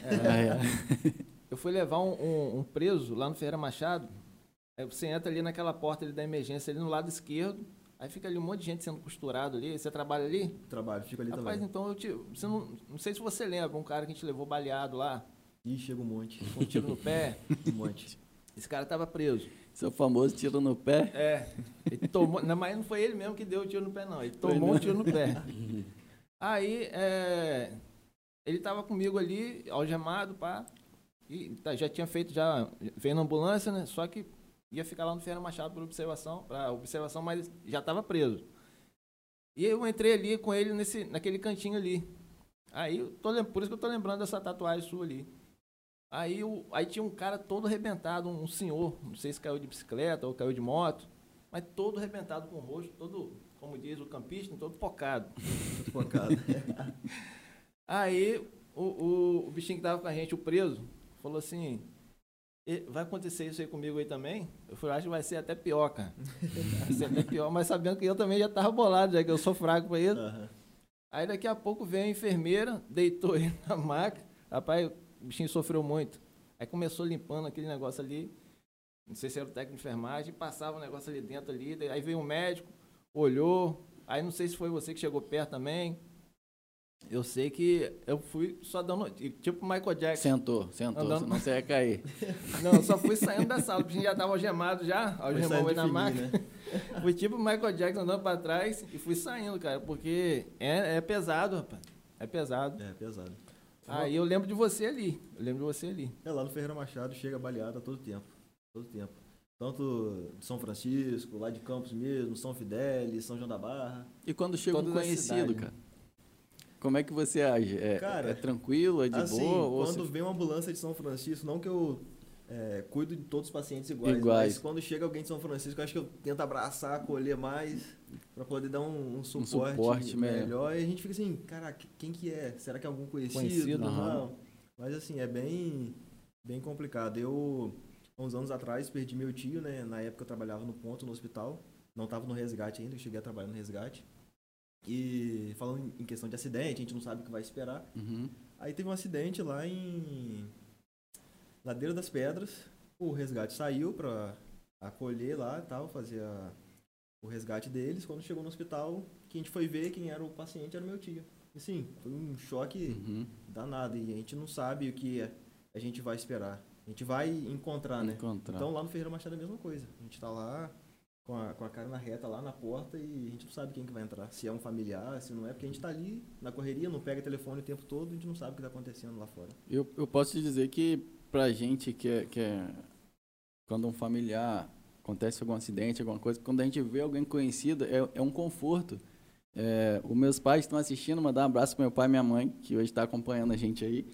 Eu fui levar um preso lá no Ferreira Machado. Aí você entra ali naquela porta ali da emergência, ali no lado esquerdo. Aí fica ali um monte de gente sendo costurado ali. Você trabalha ali? Trabalho, fico ali Rapaz, também. então você não sei se você lembra, um cara que a gente levou baleado lá, Ih, chega um monte. com um tiro no pé. Um monte. Esse cara tava preso. Seu famoso tiro no pé. Ele tomou, não, mas não foi ele mesmo que deu o tiro no pé, não. Ele tomou um tiro no pé. Aí, ele tava comigo ali, algemado, pá. E já tinha feito, veio na ambulância, né? Só que ia ficar lá no Ferreira Machado para observação, mas já estava preso. E eu entrei ali com ele naquele cantinho ali. Aí, por isso que eu tô lembrando dessa tatuagem sua ali. Aí tinha um cara todo arrebentado, um senhor, não sei se caiu de bicicleta ou caiu de moto, mas todo arrebentado com o rosto, todo, como diz o campista, todo pocado. Muito focado. Aí o bichinho que tava com a gente, o preso, falou assim: vai acontecer isso aí comigo aí também? Eu falei, acho que vai ser até pior, cara. Vai ser até pior, mas sabendo que eu também já tava bolado, já que eu sou fraco pra isso. Uhum. Aí daqui a pouco veio a enfermeira, deitou ele na maca. Rapaz, o bichinho sofreu muito. Aí começou limpando aquele negócio ali. Não sei se era o técnico de enfermagem, passava o negócio ali dentro ali. Aí veio um médico, olhou. Aí não sei se foi você que chegou perto também. Eu sei que eu fui só dando, tipo o Michael Jackson. Sentou, Andando. senão você ia cair. Não, eu só fui saindo da sala, o bichinho já estava algemado já, algemou ele na máquina. Né? Fui tipo o Michael Jackson andando para trás e fui saindo, cara, porque é pesado, rapaz. É pesado. É, pesado. Aí eu lembro de você ali, Lá no Ferreira Machado chega baleado a todo tempo. Todo tempo. Tanto de São Francisco, lá de Campos mesmo, São Fidélis, São João da Barra. E quando chega um Todas as conhecido, cidades, né? cara? Como é que você age? Cara, é tranquilo, é de assim, boa? Ou quando você... vem uma ambulância de São Francisco, não que eu cuido de todos os pacientes iguais, mas quando chega alguém de São Francisco, eu acho que eu tento abraçar, acolher mais, para poder dar um suporte melhor. E a gente fica assim, caraca, quem que é? Será que é algum conhecido? Não. Mas assim, é bem complicado. há uns anos atrás, perdi meu tio, né? Na época eu trabalhava no ponto, no hospital. Não estava no resgate ainda, eu cheguei a trabalhar no resgate. E falando em questão de acidente, a gente não sabe o que vai esperar. Uhum. Aí teve um acidente lá em Ladeira das Pedras. O resgate saiu para acolher lá e tal, fazer o resgate deles. Quando chegou no hospital, que a gente foi ver quem era o paciente era o meu tio. Assim, foi um choque danado. E a gente não sabe o que a gente vai esperar. A gente vai encontrar, né? Então lá no Ferreira Machado é a mesma coisa. A gente tá lá com a cara na reta lá na porta e a gente não sabe quem que vai entrar. Se é um familiar, se não é, porque a gente tá ali na correria, não pega telefone o tempo todo, a gente não sabe o que tá acontecendo lá fora. Eu posso te dizer que pra gente que é quando um familiar acontece algum acidente, alguma coisa, quando a gente vê alguém conhecido, é um conforto. Os meus pais estão assistindo, mandar um abraço pro meu pai e minha mãe, que hoje está acompanhando a gente aí.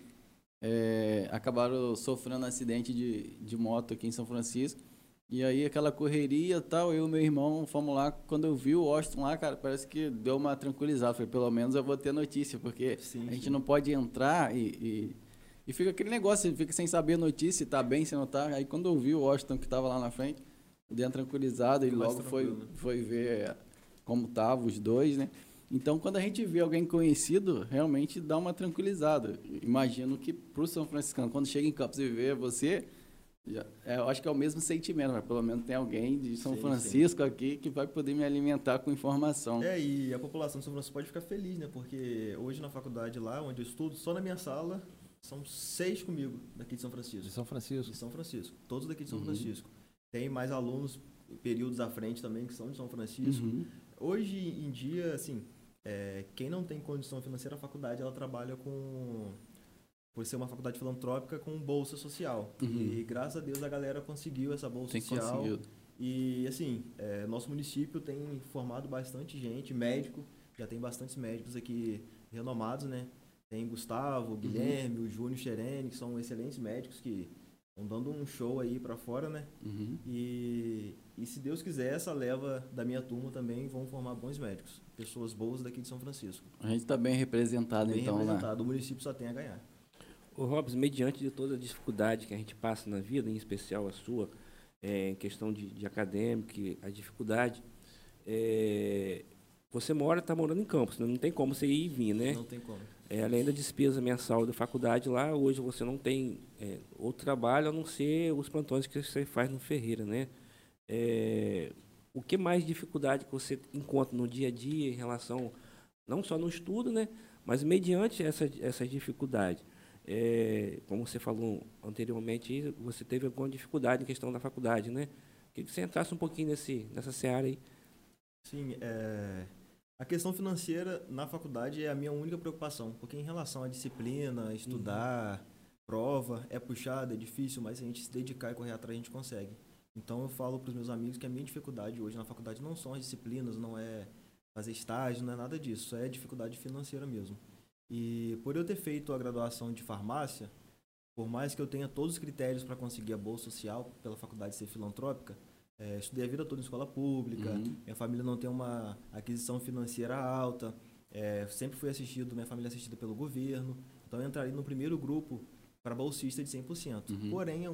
Acabaram sofrendo um acidente de moto aqui em São Francisco. E aí aquela correria e tal, eu e meu irmão fomos lá. Quando eu vi o Washington lá, cara, parece que deu uma tranquilizada. Falei, pelo menos eu vou ter notícia, porque a gente não pode entrar e fica aquele negócio, fica sem saber a notícia, se tá bem, se não tá. Aí quando eu vi o Washington que tava lá na frente, dei uma tranquilizada e logo foi ver como tava os dois, né? Então, quando a gente vê alguém conhecido, realmente dá uma tranquilizada. Imagino que pro São Franciscano, quando chega em Campos e vê você, eu acho que é o mesmo sentimento, mas pelo menos tem alguém de São Francisco aqui que vai poder me alimentar com informação. E a população de São Francisco pode ficar feliz, né? Porque hoje na faculdade lá, onde eu estudo, só na minha sala, são 6 comigo daqui de São Francisco. De São Francisco? De São Francisco. Todos daqui de São Francisco. Tem mais alunos, períodos à frente também, que são de São Francisco. Hoje em dia, assim, quem não tem condição financeira, a faculdade ela trabalha por ser uma faculdade filantrópica, com bolsa social. E graças a Deus a galera conseguiu essa bolsa social. Conseguiu. E assim, nosso município tem formado bastante gente, médico, já tem bastantes médicos aqui renomados, né? Tem Gustavo, Guilherme, o Júnior Xerene, que são excelentes médicos que estão dando um show aí pra fora, né? E se Deus quiser, essa leva da minha turma também vão formar bons médicos. Pessoas boas daqui de São Francisco. A gente está bem representado, então, representado. O município só tem a ganhar. Ô Robson, mediante de toda a dificuldade que a gente passa na vida, em especial a sua, em questão de acadêmico, a dificuldade, você está morando em Campos, não tem como você ir e vir, né? Não tem como. Além da despesa mensal da faculdade lá, hoje você não tem outro trabalho a não ser os plantões que você faz no Ferreira, né? O que mais dificuldade que você encontra no dia a dia em relação, não só no estudo, né? Mas mediante essa dificuldade? Como você falou anteriormente, você teve alguma dificuldade em questão da faculdade, né? Queria que você entrasse um pouquinho nessa seara aí. Sim, a questão financeira na faculdade é a minha única preocupação, porque em relação à disciplina, estudar, prova, é puxado, é difícil, mas se a gente se dedicar e correr atrás, a gente consegue. Então eu falo para os meus amigos que a minha dificuldade hoje na faculdade não são as disciplinas, não é fazer estágio, não é nada disso, só é dificuldade financeira mesmo. E por eu ter feito a graduação de farmácia, por mais que eu tenha todos os critérios para conseguir a bolsa social pela faculdade ser filantrópica, estudei a vida toda em escola pública, minha família não tem uma aquisição financeira alta, sempre fui minha família é assistida pelo governo, então eu entraria no primeiro grupo para bolsista de 100%. Porém,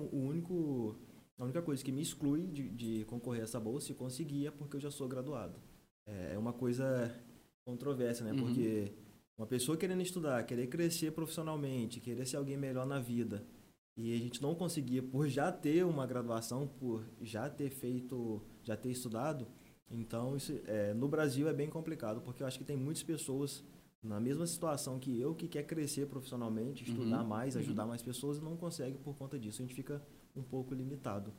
a única coisa que me exclui de concorrer a essa bolsa e conseguir é porque eu já sou graduado. É uma coisa controversa, né? Porque uma pessoa querendo estudar, querer crescer profissionalmente, querer ser alguém melhor na vida, e a gente não conseguia por já ter uma graduação, por já ter estudado, então isso, no Brasil é bem complicado, porque eu acho que tem muitas pessoas na mesma situação que eu, que quer crescer profissionalmente, estudar mais, ajudar mais pessoas, e não consegue por conta disso. A gente fica um pouco limitado.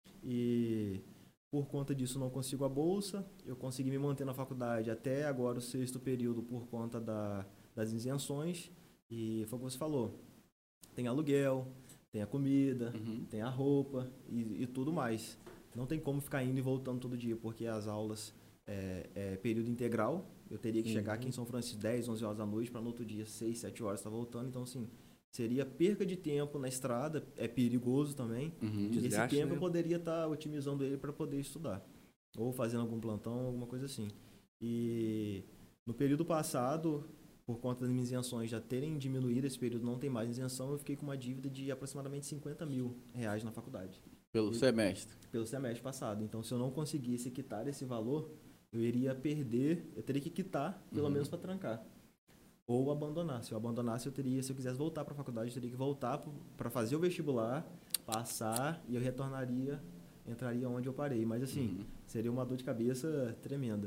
E por conta disso não consigo a bolsa, eu consegui me manter na faculdade até agora o 6º período por conta das isenções, e foi o que você falou, tem aluguel, tem a comida, tem a roupa e tudo mais. Não tem como ficar indo e voltando todo dia, porque as aulas é período integral, eu teria que chegar aqui em São Francisco 10, 11 horas da noite, para no outro dia 6, 7 horas estar voltando, então assim, seria perca de tempo na estrada, é perigoso também. E esse tempo eu poderia estar otimizando ele para poder estudar. Ou fazendo algum plantão, alguma coisa assim. E no período passado, por conta das minhas isenções já terem diminuído, esse período não tem mais isenção, eu fiquei com uma dívida de aproximadamente R$50 mil na faculdade. Pelo semestre. Pelo semestre passado. Então, se eu não conseguisse quitar esse valor, eu iria perder, eu teria que quitar, pelo menos para trancar. Ou abandonar. Se eu abandonasse, se eu quisesse voltar para a faculdade, eu teria que voltar para fazer o vestibular, passar, e eu entraria onde eu parei. Mas, assim, seria uma dor de cabeça tremenda.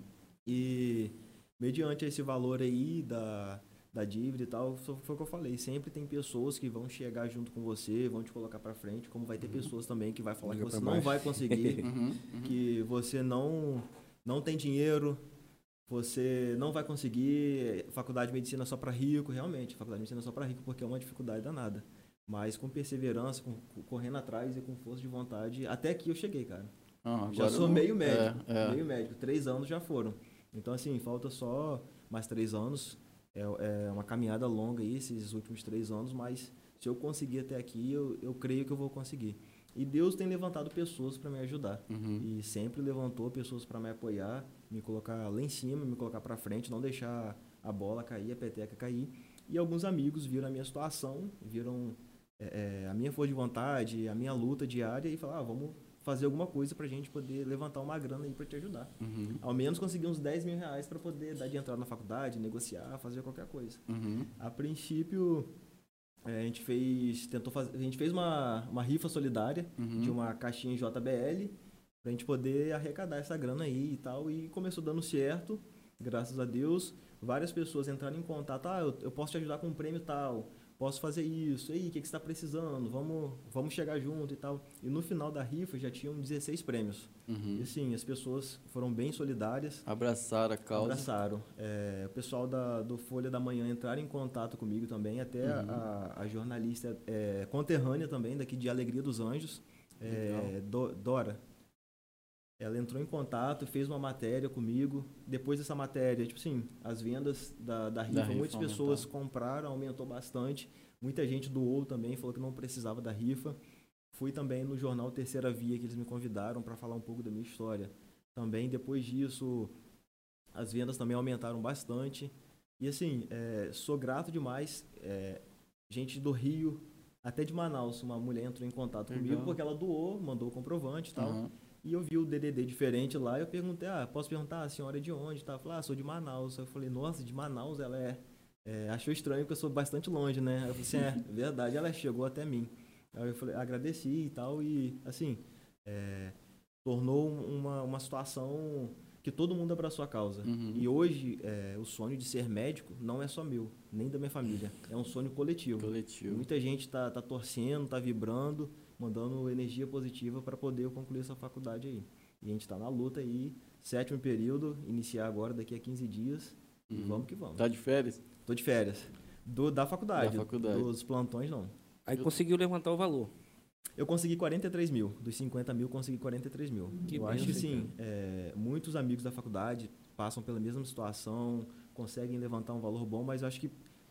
E, mediante esse valor aí da dívida e tal, foi o que eu falei. Sempre tem pessoas que vão chegar junto com você, vão te colocar para frente, como vai ter pessoas também que vai falar que você não vai conseguir, que você não tem dinheiro, você não vai conseguir, faculdade de medicina só para rico, realmente, faculdade de medicina só para rico, porque é uma dificuldade danada. Mas com perseverança, correndo atrás e com força de vontade, até aqui eu cheguei, cara. Já sou meio médico, meio médico, 3 anos já foram. Então, assim, falta só mais 3 anos, é uma caminhada longa aí, esses últimos 3 anos, mas se eu conseguir até aqui, eu creio que eu vou conseguir. E Deus tem levantado pessoas para me ajudar. E sempre levantou pessoas para me apoiar, me colocar lá em cima, me colocar para frente, não deixar a bola cair, a peteca cair. E alguns amigos viram a minha situação, viram a minha força de vontade, a minha luta diária e falaram, vamos fazer alguma coisa para a gente poder levantar uma grana aí para te ajudar. Ao menos conseguir uns 10 mil reais para poder dar de entrada na faculdade, negociar, fazer qualquer coisa. A princípio... a gente fez uma rifa solidária de uma caixinha JBL pra gente poder arrecadar essa grana aí e tal, e começou dando certo, graças a Deus. Várias pessoas entraram em contato, eu posso te ajudar com um prêmio tal, posso fazer isso, e aí, o que você está precisando, vamos chegar junto e tal. E no final da rifa já tinham 16 prêmios. E assim, as pessoas foram bem solidárias. Abraçaram a causa. Abraçaram. O pessoal do Folha da Manhã entraram em contato comigo também, até a jornalista conterrânea também, daqui de Alegria dos Anjos, Dora. Ela entrou em contato, fez uma matéria comigo. Depois dessa matéria, tipo assim, as vendas da rifa, muitas pessoas compraram, aumentou bastante. Muita gente doou também, falou que não precisava da rifa. Fui também no jornal Terceira Via, que eles me convidaram para falar um pouco da minha história. Também, depois disso, as vendas também aumentaram bastante. E assim, sou grato demais. Gente do Rio, até de Manaus, uma mulher entrou em contato comigo porque ela doou, mandou o comprovante e tal. E eu vi o DDD diferente lá, eu perguntei, posso perguntar, a senhora é de onde? Ela falou, sou de Manaus. Eu falei, nossa, de Manaus ela achou estranho porque eu sou bastante longe, né? Aí eu falei assim, verdade, ela chegou até mim. Aí eu falei, agradeci e tal, e assim, tornou uma situação que todo mundo abraçou a causa. E hoje, o sonho de ser médico não é só meu, nem da minha família, é um sonho coletivo. Muita gente tá torcendo, tá vibrando, mandando energia positiva para poder eu concluir essa faculdade aí. E a gente está na luta aí, 7º período, iniciar agora daqui a 15 dias, e vamos que vamos. Tá de férias? Tô de férias. Da faculdade. Dos plantões não. Aí conseguiu levantar o valor. Eu consegui 43 mil. Dos 50 mil, consegui 43 mil. Eu acho que sim, muitos amigos da faculdade passam pela mesma situação, conseguem levantar um valor bom, mas eu acho que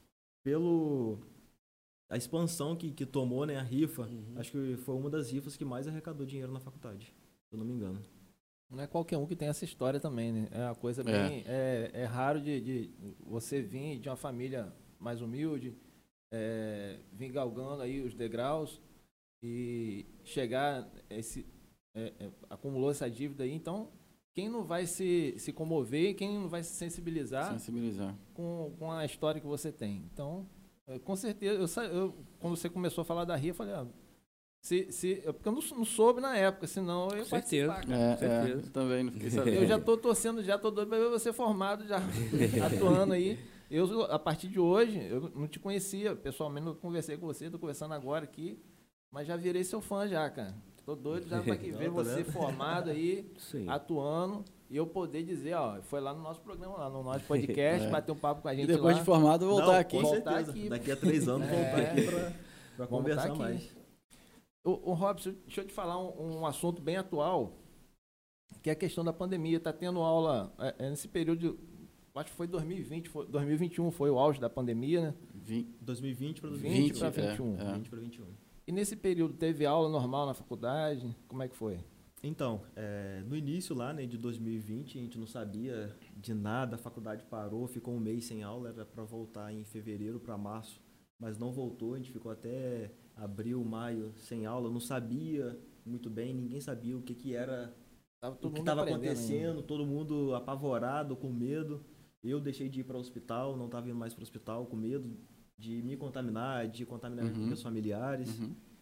a expansão que tomou, né, a rifa, acho que foi uma das rifas que mais arrecadou dinheiro na faculdade, se eu não me engano. Não é qualquer um que tem essa história também, né? É uma coisa bem... É raro de você vir de uma família mais humilde, vir galgando aí os degraus e chegar... acumulou essa dívida aí, então... Quem não vai se comover, quem não vai se sensibilizar com a história que você tem? Então... Com certeza, quando você começou a falar da rifa, eu falei, porque eu não soube na época, senão eu ia participar. Eu também não fiquei sabendo. Eu já tô torcendo, já tô doido pra ver você formado, já atuando aí. A partir de hoje, eu não te conhecia, pessoalmente eu conversei com você, tô conversando agora aqui, mas já virei seu fã já, cara. Tô doido já pra ver você formado aí, atuando. E eu poder dizer, foi lá no nosso programa, lá no nosso podcast, bater um papo com a gente lá. E depois de formado, voltar aqui. Com certeza. Daqui a 3 anos, voltar aqui pra conversar mais. O Robson, deixa eu te falar um assunto bem atual, que é a questão da pandemia. Tá tendo aula nesse período, acho que foi 2020, 2021 foi o auge da pandemia, né? 2020 para 2020 para 2021. 20 para 21. E nesse período teve aula normal na faculdade? Como é que foi? Então, no início lá, né, de 2020, a gente não sabia de nada, a faculdade parou, ficou um mês sem aula, era para voltar em fevereiro para março, mas não voltou, a gente ficou até abril, maio sem aula, não sabia muito bem, ninguém sabia o que era, Tava o todo que mundo estava aprendendo acontecendo, ainda. todo mundo apavorado, com medo. Eu deixei de ir para o hospital, não estava indo mais para o hospital, com medo de me contaminar, de contaminar meus familiares.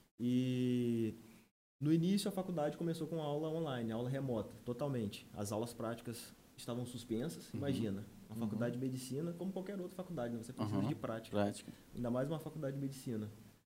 E no início a faculdade começou com aula online, aula remota, totalmente. As aulas práticas estavam suspensas, imagina. Uma faculdade de medicina, como qualquer outra faculdade, né? Você precisa de prática. Ainda mais uma faculdade de medicina.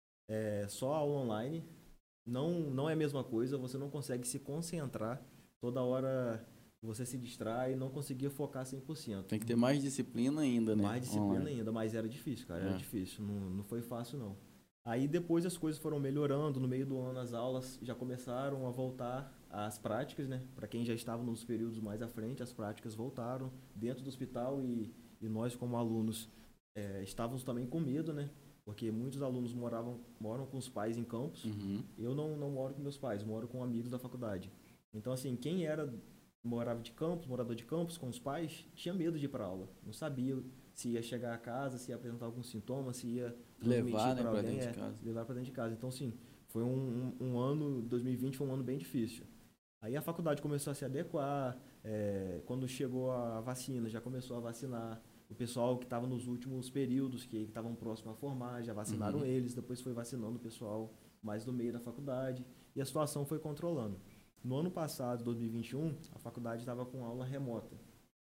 É só aula online, não é a mesma coisa, você não consegue se concentrar. Toda hora você se distrai e não conseguia focar 100%. Tem que ter mais disciplina ainda, né? Mais disciplina online. ainda, mas era difícil, cara, era difícil, não foi fácil não. Aí depois as coisas foram melhorando, no meio do ano as aulas já começaram a voltar às práticas, né? Para quem já estava nos períodos mais à frente, as práticas voltaram dentro do hospital e nós como alunos estávamos também com medo, né? Porque muitos alunos moram com os pais em campus. Eu não moro com meus pais, moro com amigos da faculdade. Então, assim, quem morava de campus, morador de campus com os pais, tinha medo de ir para aula. Não sabia se ia chegar a casa, se ia apresentar algum sintoma, se ia levar, né, para alguém, dentro de casa. levar para dentro de casa. Então, sim, foi um ano, 2020 foi um ano bem difícil. Aí a faculdade começou a se adequar, quando chegou a vacina, já começou a vacinar. O pessoal que estava nos últimos períodos, que estavam próximos a formar, já vacinaram eles, depois foi vacinando o pessoal mais do meio da faculdade, e a situação foi controlando. No ano passado, 2021, a faculdade estava com aula remota.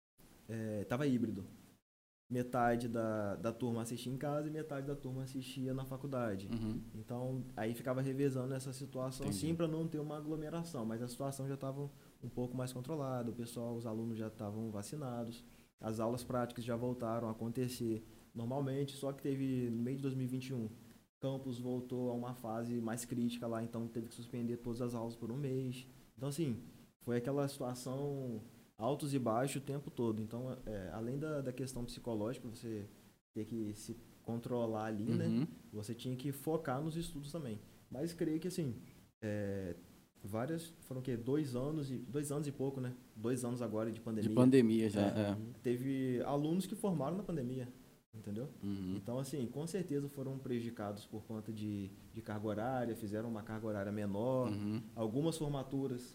Estava híbrido. Metade da turma assistia em casa e metade da turma assistia na faculdade. Então, aí ficava revezando essa situação assim para não ter uma aglomeração, mas a situação já estava um pouco mais controlada, o pessoal, os alunos já estavam vacinados, as aulas práticas já voltaram a acontecer normalmente, só que teve, no meio de 2021, campus voltou a uma fase mais crítica lá, então teve que suspender todas as aulas por um mês. Então, assim, foi aquela situação altos e baixos o tempo todo. Então, além da questão psicológica, você ter que se controlar ali, né? Você tinha que focar nos estudos também. Mas creio que, assim, foram o quê? 2 anos e pouco, né? 2 anos agora de pandemia. De pandemia já, Teve alunos que formaram na pandemia, entendeu? Então, assim, com certeza foram prejudicados por conta de carga horária, fizeram uma carga horária menor. Algumas formaturas,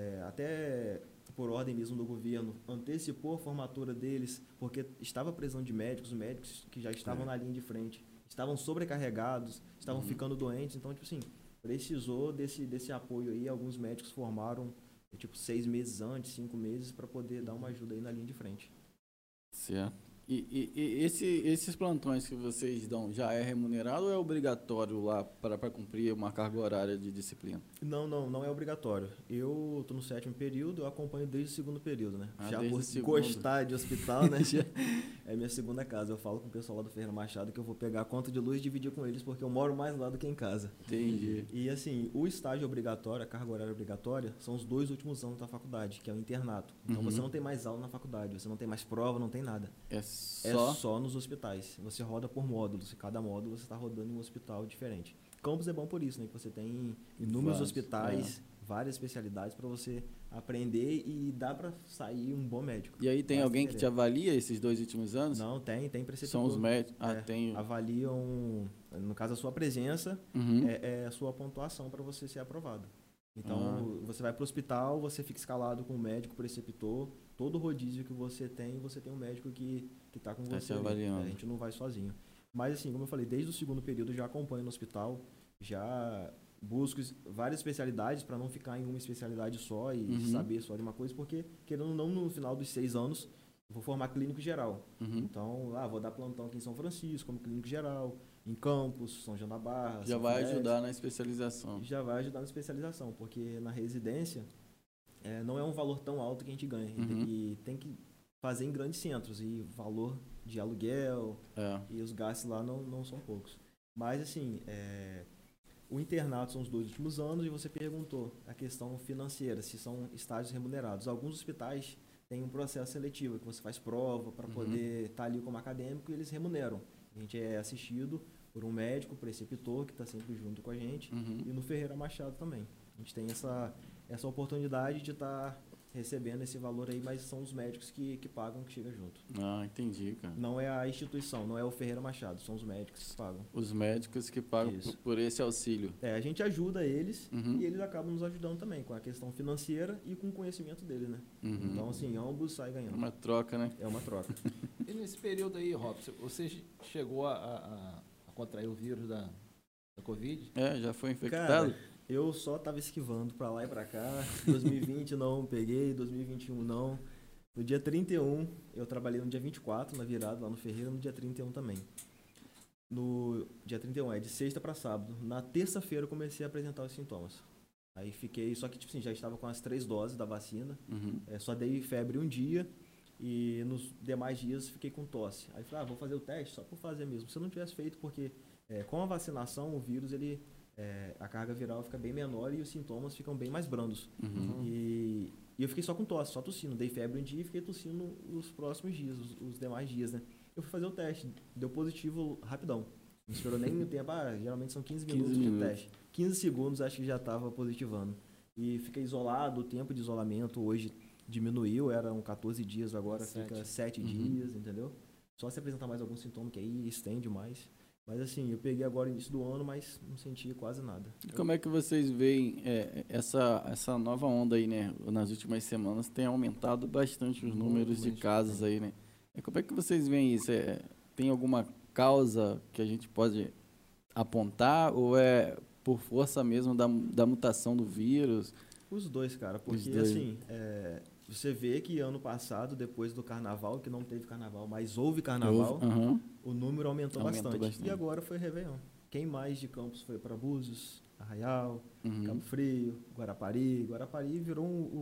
até por ordem mesmo do governo, antecipou a formatura deles, porque estava precisando de médicos, os médicos que já estavam na linha de frente, estavam sobrecarregados, estavam ficando doentes, então, tipo assim, precisou desse apoio aí. Alguns médicos formaram, 6 meses antes, 5 meses, para poder dar uma ajuda aí na linha de frente. Certo. E esses plantões que vocês dão já é remunerado ou é obrigatório lá para cumprir uma carga horária de disciplina? Não é obrigatório. Eu estou no 7º período, eu acompanho desde o 2º período, né? Já por gostar de hospital, né? É minha segunda casa. Eu falo com o pessoal lá do Ferreira Machado que eu vou pegar a conta de luz e dividir com eles, porque eu moro mais lá do que em casa. Entendi. E assim, o estágio obrigatório, a carga horária obrigatória, são os 2 últimos anos da faculdade, que é o internato. Então você não tem mais aula na faculdade, você não tem mais prova, não tem nada. É só nos hospitais. Você roda por módulos, e cada módulo você está rodando em um hospital diferente. Campus é bom por isso, né? Que você tem inúmeros hospitais, várias especialidades para você aprender e dá para sair um bom médico. E aí tem alguém que te avalia esses 2 últimos anos? Não, tem preceptor. São os médicos? Tem. Avaliam, no caso, a sua presença, é a sua pontuação para você ser aprovado. Então, você vai para o hospital, você fica escalado com o médico preceptor, todo rodízio que você tem um médico que está com você. Te avaliando. A gente não vai sozinho. Mas, assim, como eu falei, desde o 2º período eu já acompanho no hospital, já busco várias especialidades para não ficar em uma especialidade só e saber só de uma coisa, porque, querendo ou não, no final dos 6 anos, eu vou formar clínico geral. Então, vou dar plantão aqui em São Francisco, como clínico geral, em Campos, São João da Barra. Já vai ajudar na especialização. Já vai ajudar na especialização, porque na residência não é um valor tão alto que a gente ganha. E tem que fazer em grandes centros, e valor de aluguel e os gastos lá não são poucos. Mas, assim, o internato são os 2 últimos anos, e você perguntou a questão financeira, se são estágios remunerados. Alguns hospitais têm um processo seletivo, que você faz prova para poder estar ali como acadêmico, e eles remuneram. A gente é assistido por um médico, preceptor, que está sempre junto com a gente, e no Ferreira Machado também. A gente tem essa oportunidade de estar recebendo esse valor aí, mas são os médicos que pagam, que chega junto. Ah, entendi, cara. Não é a instituição, não é o Ferreira Machado, são os médicos que pagam. Os médicos que pagam por esse auxílio. A gente ajuda eles e eles acabam nos ajudando também com a questão financeira e com o conhecimento deles, né? Então, assim, ambos saem ganhando. É uma troca, né? É uma troca. E nesse período aí, Robson, você chegou a contrair o vírus da Covid? Já foi infectado? Cara, eu só tava esquivando pra lá e pra cá. 2020 não peguei, 2021 não. No dia 31, eu trabalhei no dia 24, na virada, lá no Ferreira, no dia 31 também. No dia 31, de sexta pra sábado. Na terça-feira eu comecei a apresentar os sintomas. Aí fiquei, só que tipo assim, já estava com as 3 doses da vacina. Só dei febre um dia e nos demais dias fiquei com tosse. Aí falei, vou fazer o teste só por fazer mesmo. Se eu não tivesse feito, porque com a vacinação o vírus, a carga viral fica bem menor e os sintomas ficam bem mais brandos. E eu fiquei só com tosse, só tossindo. Dei febre um dia e fiquei tossindo os próximos dias, os demais dias, né? Eu fui fazer o teste, deu positivo rapidão. Não esperou nem o tempo, geralmente são 15 minutos de teste. 15 segundos acho que já estava positivando. E fiquei isolado, o tempo de isolamento hoje diminuiu, eram 14 dias, agora fica 7 dias, entendeu? Só se apresentar mais algum sintoma que aí estende mais. Mas assim, eu peguei agora no início do ano, mas não senti quase nada. E como é que vocês veem essa nova onda aí, né? Nas últimas semanas tem aumentado bastante os números de casos aí, né? E como é que vocês veem isso? Tem alguma causa que a gente pode apontar ou é por força mesmo da mutação do vírus? Os dois, cara, porque assim, você vê que ano passado, depois do carnaval, que não teve carnaval, mas houve carnaval, o número aumentou bastante. E agora foi Réveillon. Quem mais de Campos foi para Búzios, Arraial, Cabo Frio, Guarapari. Guarapari virou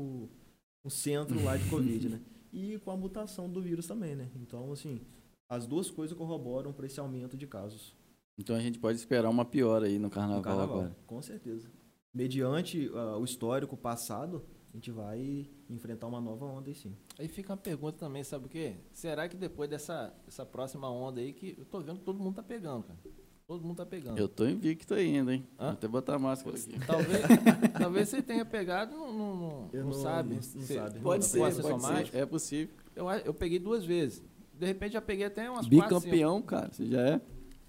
um centro lá de Covid, né? E com a mutação do vírus também, né? Então, assim, as duas coisas corroboram para esse aumento de casos. Então a gente pode esperar uma piora aí no carnaval agora. Com certeza. Mediante o histórico passado, a gente vai enfrentar uma nova onda aí sim. Aí fica uma pergunta também, sabe o quê? Será que depois dessa próxima onda aí, que eu tô vendo que todo mundo tá pegando, cara. Todo mundo tá pegando. Eu tô invicto ainda, hein? Vou até botar a máscara aqui. Talvez você tenha pegado, não sabe. Não sabe. Pode ser. É possível. Eu peguei 2 vezes. De repente já peguei até umas 4, bicampeão, cara, você já é?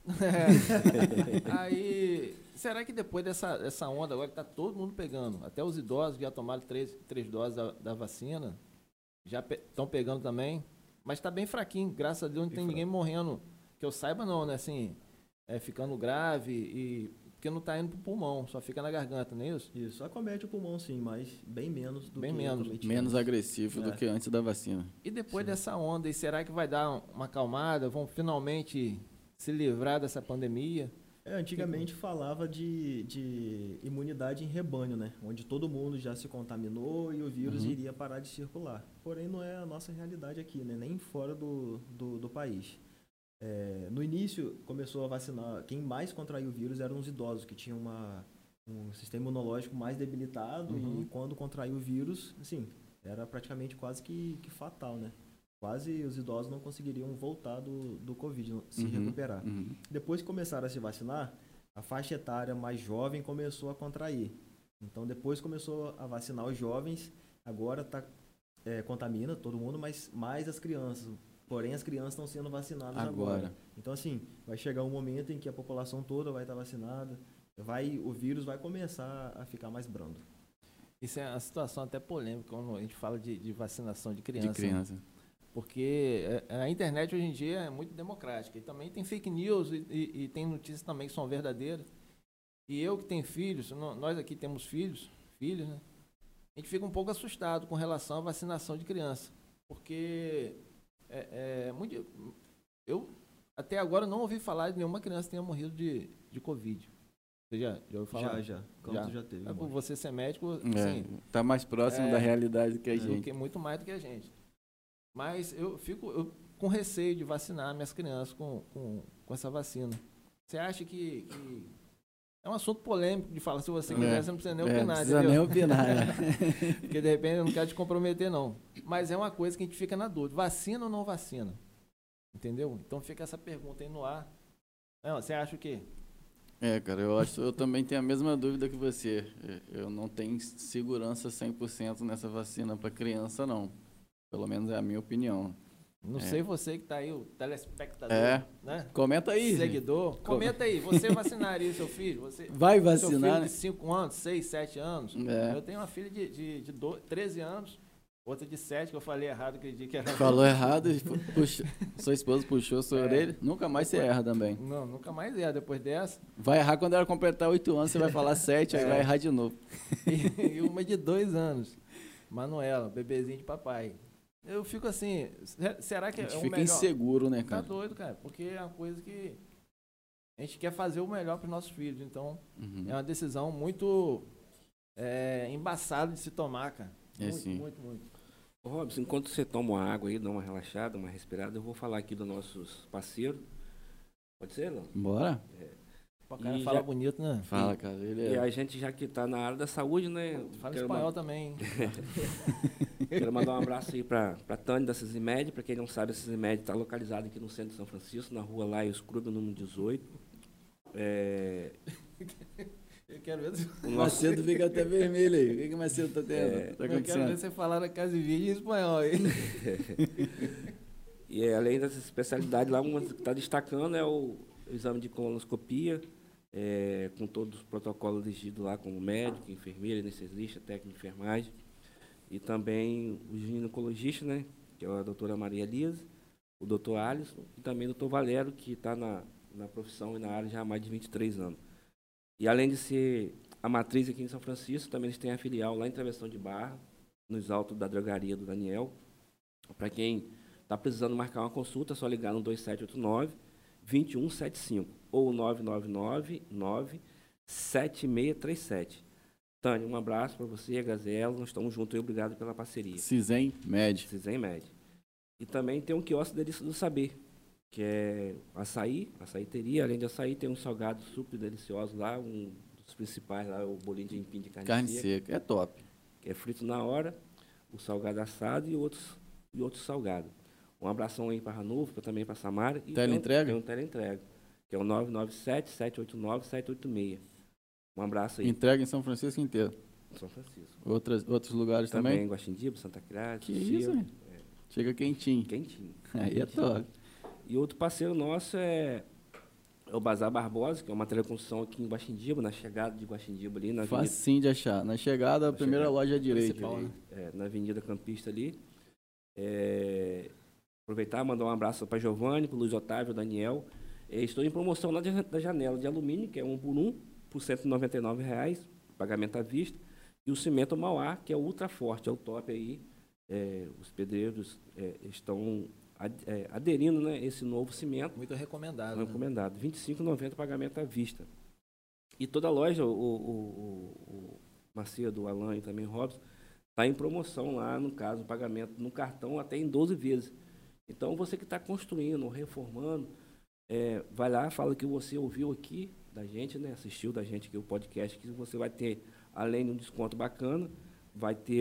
Aí, será que depois dessa onda agora que tá todo mundo pegando, até os idosos que já tomaram 3 doses da vacina, já estão pegando também, mas tá bem fraquinho, graças a Deus não tem ninguém morrendo, que eu saiba não, né, assim, ficando grave, porque não tá indo pro pulmão, só fica na garganta, não é isso? Isso, acomete o pulmão sim, mas bem menos do bem que menos. Menos agressivo do que antes da vacina. E depois dessa onda, será que vai dar uma acalmada, vão finalmente se livrar dessa pandemia? Antigamente falava de imunidade em rebanho, né? Onde todo mundo já se contaminou e o vírus iria parar de circular. Porém, não é a nossa realidade aqui, né? Nem fora do país. No início, começou a vacinar. Quem mais contraiu o vírus eram os idosos, que tinham um sistema imunológico mais debilitado e quando contraiu o vírus, assim, era praticamente quase que fatal, né? Quase os idosos não conseguiriam voltar do Covid, se recuperar. Depois que começaram a se vacinar, a faixa etária mais jovem começou a contrair. Então, depois começou a vacinar os jovens, agora contamina todo mundo, mas mais as crianças. Porém, as crianças estão sendo vacinadas agora. Então, assim, vai chegar um momento em que a população toda vai estar vacinada, o vírus vai começar a ficar mais brando. Isso é uma situação até polêmica quando a gente fala de vacinação de criança. De criança. Porque a internet hoje em dia é muito democrática. E também tem fake news e tem notícias também que são verdadeiras. E eu que tenho filhos, nós aqui temos filhos, né? A gente fica um pouco assustado com relação à vacinação de criança. Porque eu até agora não ouvi falar de nenhuma criança que tenha morrido de Covid. Você já ouviu falar? Já. Quanto já teve. Por você ser médico, assim, tá mais próximo da realidade do que a gente. Muito mais do que a gente. Mas eu fico com receio de vacinar minhas crianças com essa vacina. Você acha que é um assunto polêmico de falar, se você quiser, você não precisa nem opinar, não precisa nem opinar, Porque de repente eu não quero te comprometer, não. Mas é uma coisa que a gente fica na dúvida. Vacina ou não vacina? Entendeu? Então fica essa pergunta aí no ar. Não, você acha o quê? Cara, eu também tenho a mesma dúvida que você. Eu não tenho segurança 100% nessa vacina para criança, não. Pelo menos é a minha opinião. Não sei você que tá aí, o telespectador, né? Comenta aí. Seguidor. Comenta aí, você vacinaria seu filho? Você vai vacinar, seu filho né? de 5 anos, 6, 7 anos. Eu tenho uma filha de 13 anos, outra de 7, que eu falei errado, acredito que era... Falou errado, sua esposa puxou sua orelha. Nunca mais você erra também. Não, nunca mais erra depois dessa. Vai errar quando ela completar 8 anos, você vai falar 7, aí vai errar de novo. E uma de 2 anos, Manuela, bebezinho de papai. Eu fico assim, será que é o melhor? A gente fica inseguro, né, cara? Tá doido, cara, porque é uma coisa que a gente quer fazer o melhor para os nossos filhos. Então, é uma decisão muito embaçada de se tomar, cara. Muito. Ô, Robson, enquanto você toma uma água aí, dá uma relaxada, uma respirada, eu vou falar aqui dos nossos parceiros. Pode ser, não? Bora. O cara fala bonito, né? Fala, cara. E a gente, já que está na área da saúde, né? Fala espanhol também. Quero mandar um abraço aí para Tânia da Cisimed. Para quem não sabe, a Cisimed está localizada aqui no centro de São Francisco, na rua Laios Clube, número 18. Eu quero ver se... O Macedo fica até vermelho aí. O que o Macedo tá tendo? Eu quero ver você falar na casa de vídeo em espanhol aí. E além dessa especialidade lá, uma que está destacando é o exame de colonoscopia, com todos os protocolos exigidos lá, como médico, enfermeira, anestesista, técnico de enfermagem. E também o ginecologista, né, que é a doutora Maria Elisa, o doutor Alisson, e também o doutor Valério, que está na profissão e na área já há mais de 23 anos. E além de ser a matriz aqui em São Francisco, também eles têm a filial lá em Travessão de Barra, nos altos da drogaria do Daniel. Para quem está precisando marcar uma consulta, é só ligar no 2789-2175 ou 999-97637. Tânia, um abraço para você, a Gazela. Nós estamos juntos e obrigado pela parceria. Cizem Med. E também tem um quiosque Delícia do Saber, que é açaíteria. Além de açaí, tem um salgado super delicioso lá, um dos principais lá, o bolinho de empim de carne seca. É top. Que é frito na hora, o salgado assado e outros salgados. Um abração aí para Ranulfo, também para Samara. E teleentrega? Tem um teleentrega, que é o 997-789-786. Um abraço aí. Entrega em São Francisco inteiro. São Francisco. Outros lugares também? Também, Guaxindiba, Santa Cruz. Que isso, hein? Chega quentinho. Aí é top. E outro parceiro nosso é o Bazar Barbosa, que é uma teleconstrução aqui em Guaxindiba, na chegada de Guaxindiba ali. Facinho de achar. Na chegada, a primeira loja à direita. Na Avenida Campista ali. Aproveitar e mandar um abraço para Giovanni, para o Luiz Otávio, Daniel. Estou em promoção lá da janela de alumínio, que é 1 por 1, por R$ 199,00, pagamento à vista. E o cimento Mauá, que é ultra forte, é o top aí. Os pedreiros estão aderindo, né, esse novo cimento. Muito recomendado. Recomendado. R$ 25,90 pagamento à vista. E toda a loja, o Macedo, o Alan e também o Robson, está em promoção lá, no caso, o pagamento no cartão até em 12 vezes. Então, você que está construindo, reformando, vai lá, fala que você ouviu aqui da gente, né, assistiu da gente aqui o podcast, que você vai ter, além de um desconto bacana, vai ter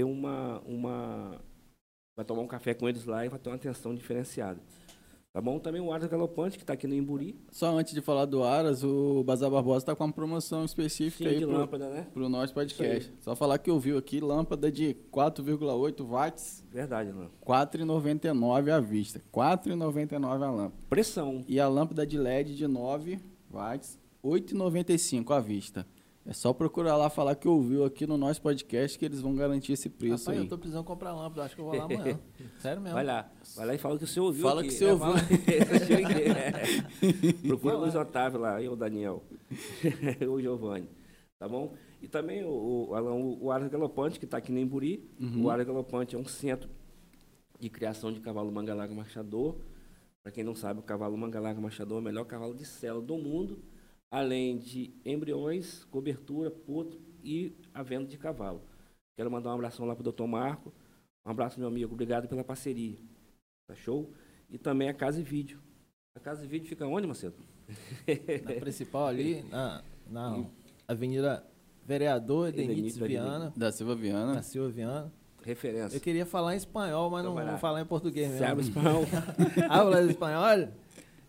vai tomar um café com eles lá e vai ter uma atenção diferenciada. Tá bom? Também o Aras Galopante, que está aqui no Imburi. Só antes de falar do Aras, o Bazar Barbosa está com uma promoção específica aí lâmpada, né? Pro nosso podcast. Só falar que ouviu aqui, lâmpada de 4,8 watts. Verdade, Alan. R$ 4,99 à vista. R$ 4,99 a lâmpada. Pressão. E a lâmpada de LED de 9 watts, R$ 8,95 à vista. É só procurar lá, falar que ouviu aqui no nosso podcast, que eles vão garantir esse preço. Rapaz, aí. Eu tô precisando comprar lâmpada, acho que eu vou lá amanhã. Sério mesmo. Vai lá e fala que você ouviu. Fala aqui. Que você ouviu. Procura o Luiz Otávio lá, e o Daniel, o Giovanni, tá bom? E também o Aras Galopante, que está aqui no Imburi. O Aras Galopante é um centro de criação de cavalo manga-larga marchador. Para quem não sabe, o cavalo manga-larga marchador é o melhor cavalo de sela do mundo, além de embriões, cobertura, potro e a venda de cavalo. Quero mandar um abração lá para o Dr. Marco. Um abraço, meu amigo. Obrigado pela parceria. Tá show? E também a Casa e Vídeo. A Casa e Vídeo fica onde, Macedo? Na principal ali, na Avenida Vereador Denitz Viana. Da Silva Viana. Referência. Eu queria falar em espanhol, mas então não vou falar em português mesmo. Sabe espanhol? Habla espanhol?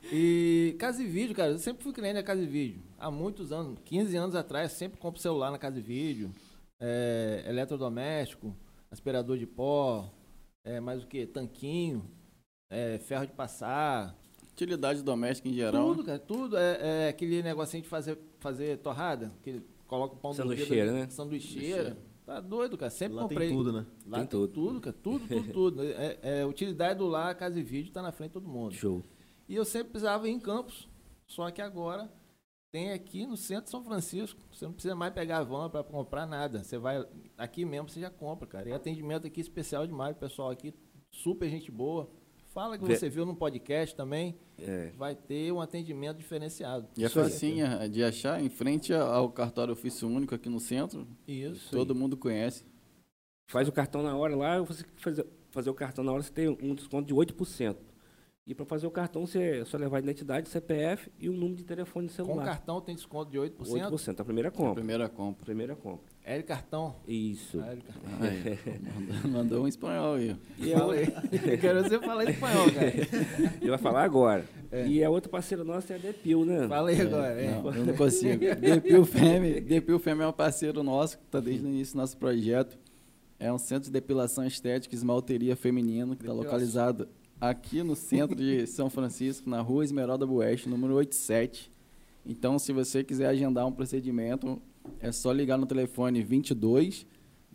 E casa e vídeo, cara, eu sempre fui cliente da casa e vídeo. Há muitos anos, 15 anos atrás, sempre compro celular na casa e vídeo, eletrodoméstico, aspirador de pó, mais o que? Tanquinho, ferro de passar. Utilidade doméstica em geral. Tudo, cara, tudo. Aquele negocinho de fazer torrada, que coloca o pão do Sanduicheira, né? Sanduicheira. Tá doido, cara. Sempre Lá comprei. tem tudo, né? Lá Tem tem tudo. tudo, cara. Tudo. Utilidade do lar, casa e vídeo, tá na frente de todo mundo. Show. E eu sempre precisava ir em Campos. Só que agora tem aqui no centro de São Francisco. Você não precisa mais pegar a van para comprar nada. Você vai aqui mesmo, você já compra, cara. E atendimento aqui especial demais. O pessoal aqui, super gente boa. Fala que você viu no podcast também. Vai ter um atendimento diferenciado. E é facinha de achar, em frente ao cartório ofício único aqui no centro. Isso. Todo mundo conhece. Faz o cartão na hora lá, você fazer o cartão na hora, você tem um desconto de 8%. E para fazer o cartão, você só levar a identidade, CPF e o número de telefone celular. Com cartão tem desconto de 8%? 8%, a primeira compra. Primeira compra. L cartão. Isso. L cartão. Mandou um espanhol aí. Fala aí. Eu quero você falar espanhol, cara. Ele vai falar agora. E a outra parceira nossa é a Depil, né? Fala aí agora. Não, eu não consigo. Depil Femme é um parceiro nosso que está desde o início do nosso projeto. É um centro de depilação estética e esmalteria feminino que está localizado aqui no centro de São Francisco, na rua Esmeralda Bueste, número 87. Então, se você quiser agendar um procedimento, é só ligar no telefone 22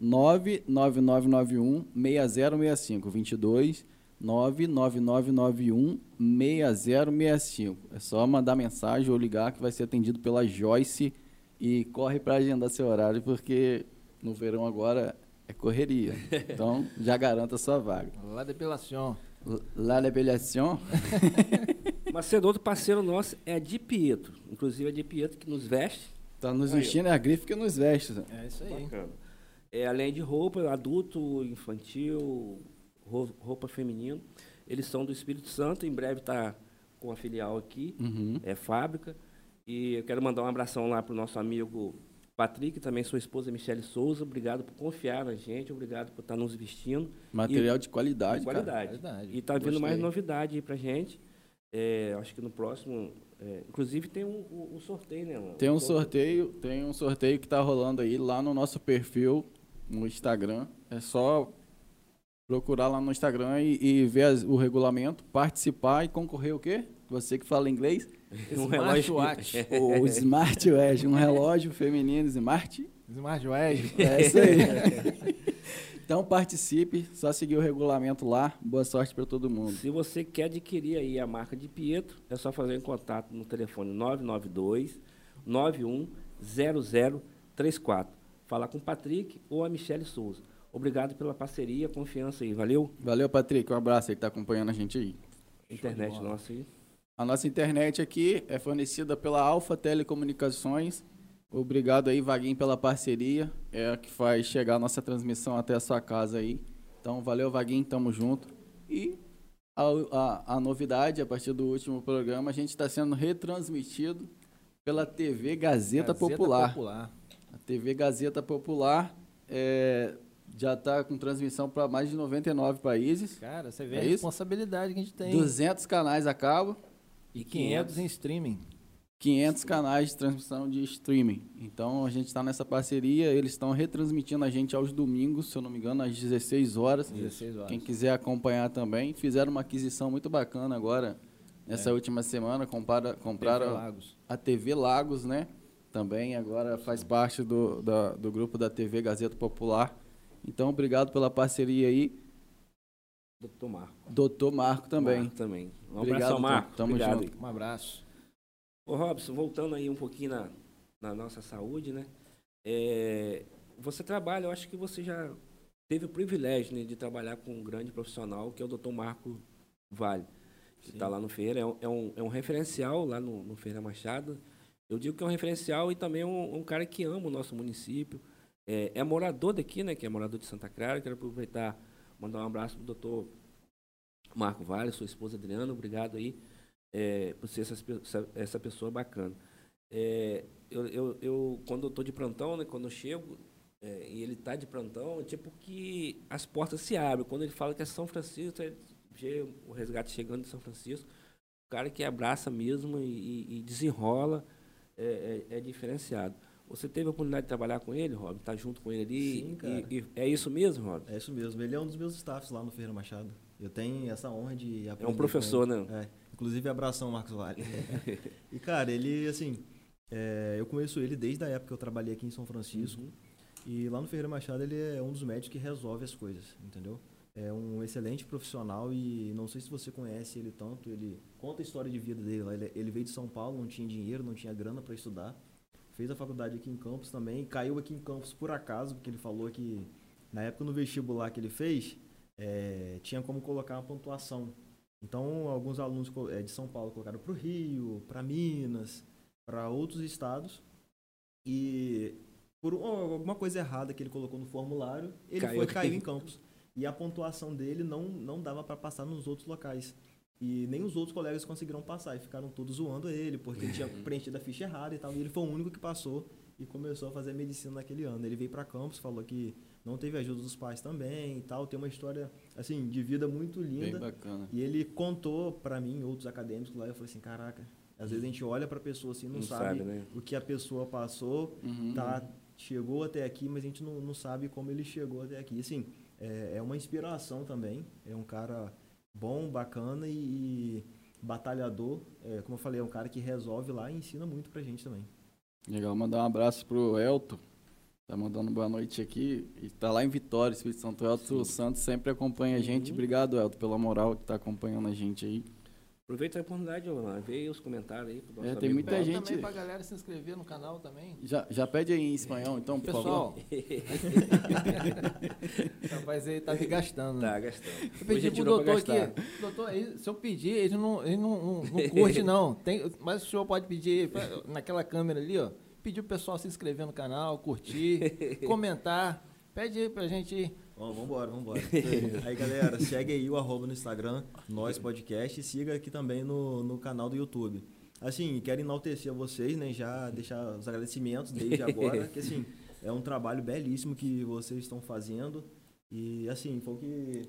99991 6065. 22 99991 6065. É só mandar mensagem ou ligar que vai ser atendido pela Joyce e corre para agendar seu horário, porque no verão agora é correria. Então, já garanta a sua vaga. La depilação. La depilação. Macedo, outro parceiro nosso é a Di Pietro. Inclusive a Di Pietro que nos veste. Tá nos vestindo, é a grife que nos veste. É isso aí. Bacana. Além de roupa, adulto, infantil, roupa feminino. Eles são do Espírito Santo, em breve está com a filial aqui, fábrica. E eu quero mandar um abração lá para o nosso amigo Patrick, também sua esposa Michele Souza. Obrigado por confiar na gente, obrigado por estar nos vestindo. Material de qualidade, de qualidade. Cara. E está vindo mais novidade aí para a gente. Acho que no próximo... inclusive tem um sorteio, né, mano? Tem um sorteio que está rolando aí lá no nosso perfil no Instagram. É só procurar lá no Instagram e ver o regulamento, participar e concorrer o quê? Você que fala inglês? Smartwatch. O Smartwatch, um relógio feminino Smartwatch. É isso aí. Então participe, só seguir o regulamento lá. Boa sorte para todo mundo. Se você quer adquirir aí a marca de Pietro, é só fazer em contato no telefone 992-910034. Falar com o Patrick ou a Michele Souza. Obrigado pela parceria, confiança aí. Valeu? Valeu, Patrick. Um abraço aí que está acompanhando a gente aí. Internet nossa aí. A nossa internet aqui é fornecida pela Alfa Telecomunicações. Obrigado aí, Vaguinho, pela parceria. É a que faz chegar a nossa transmissão até a sua casa aí. Então, valeu, Vaguinho, tamo junto. E a novidade, a partir do último programa, a gente está sendo retransmitido pela TV Gazeta Popular. A TV Gazeta Popular já está com transmissão para mais de 99 países. Cara, você vê a responsabilidade que a gente tem. 200 canais a cabo. E 500 em streaming. 500 canais de transmissão de streaming. Então, a gente está nessa parceria. Eles estão retransmitindo a gente aos domingos, se eu não me engano, às 16 horas. 16 horas. Quem quiser acompanhar também. Fizeram uma aquisição muito bacana agora, nessa última semana. Compraram a TV Lagos, né? Também agora faz parte do grupo da TV Gazeta Popular. Então, obrigado pela parceria aí. Doutor Marco também. Um abraço, Marco. Tamo obrigado. junto. Um abraço. Ô, Robson, voltando aí um pouquinho na nossa saúde, né? Você trabalha, eu acho que você já teve o privilégio, né, de trabalhar com um grande profissional, que é o Dr. Marco Vale, que está lá no Ferreira. É um referencial lá no Ferreira Machado. Eu digo que é um referencial e também um cara que ama o nosso município. É morador daqui, né? Que é morador de Santa Clara. Quero aproveitar, mandar um abraço para o Dr. Marco Vale, sua esposa Adriana. Obrigado aí por ser essa pessoa bacana. Quando eu estou de plantão, né? Quando eu chego e ele está de plantão, é tipo que as portas se abrem. Quando ele fala que é São Francisco, vê o resgate chegando de São Francisco. cara que abraça mesmo e desenrola, é diferenciado. Você teve a oportunidade de trabalhar com ele, Rob? Tá junto com ele ali? Sim, cara. E é isso mesmo, Rob? É isso mesmo. Ele é um dos meus staffs lá no Ferreira Machado. Eu tenho essa honra de aprender. É um professor, com ele. né? Inclusive, abração, Marcos Vale. E, cara, ele, assim, eu conheço ele desde a época que eu trabalhei aqui em São Francisco. E lá no Ferreira Machado, ele é um dos médicos que resolve as coisas, entendeu? É um excelente profissional e não sei se você conhece ele tanto. Ele conta a história de vida dele lá. Ele veio de São Paulo, não tinha dinheiro, não tinha grana para estudar. Fez a faculdade aqui em Campos também, caiu aqui em Campos por acaso, porque ele falou que na época no vestibular que ele fez, tinha como colocar uma pontuação. Então, alguns alunos de São Paulo colocaram para o Rio, para Minas, para outros estados. E por alguma coisa errada que ele colocou no formulário, ele caiu em Campos. E a pontuação dele não dava para passar nos outros locais. E nem os outros colegas conseguiram passar. E ficaram todos zoando ele, porque ele tinha preenchido a ficha errada e tal. E ele foi o único que passou e começou a fazer medicina naquele ano. Ele veio para Campos, falou que não teve ajuda dos pais também e tal. Tem uma história, assim, de vida muito linda. Bem bacana. E ele contou para mim, outros acadêmicos lá, eu falei assim, caraca, às vezes a gente olha para a pessoa assim, não sabe né? O que a pessoa passou, chegou até aqui, mas a gente não sabe como ele chegou até aqui. Assim, é uma inspiração também. É um cara bom, bacana e batalhador. Como eu falei, é um cara que resolve lá e ensina muito pra gente também. Legal, mandar um abraço pro Elton. Tá mandando boa noite aqui. E tá lá em Vitória, Espírito Santo. O Elton Santos sempre acompanha a gente. Obrigado, Elton, pela moral que tá acompanhando a gente aí. Aproveita a oportunidade, vê aí os comentários aí. Pro nosso tem muita Pede gente. também pra galera se inscrever no canal também. Já pede aí em espanhol, então, por favor. Rapaz, ele tá me gastando. Tá gastando. Eu pedi pro doutor aqui. Doutor, se eu pedir, ele não curte, não. Mas o senhor pode pedir naquela câmera ali, ó. Pedir pro pessoal se inscrever no canal, curtir, comentar. Pede aí pra gente ir. Vambora. Aí, galera, segue aí o @ no Instagram, Nós Podcast, e siga aqui também no canal do YouTube. Assim, quero enaltecer a vocês, né? Já deixar os agradecimentos desde agora, que assim, é um trabalho belíssimo que vocês estão fazendo. E assim, foi o que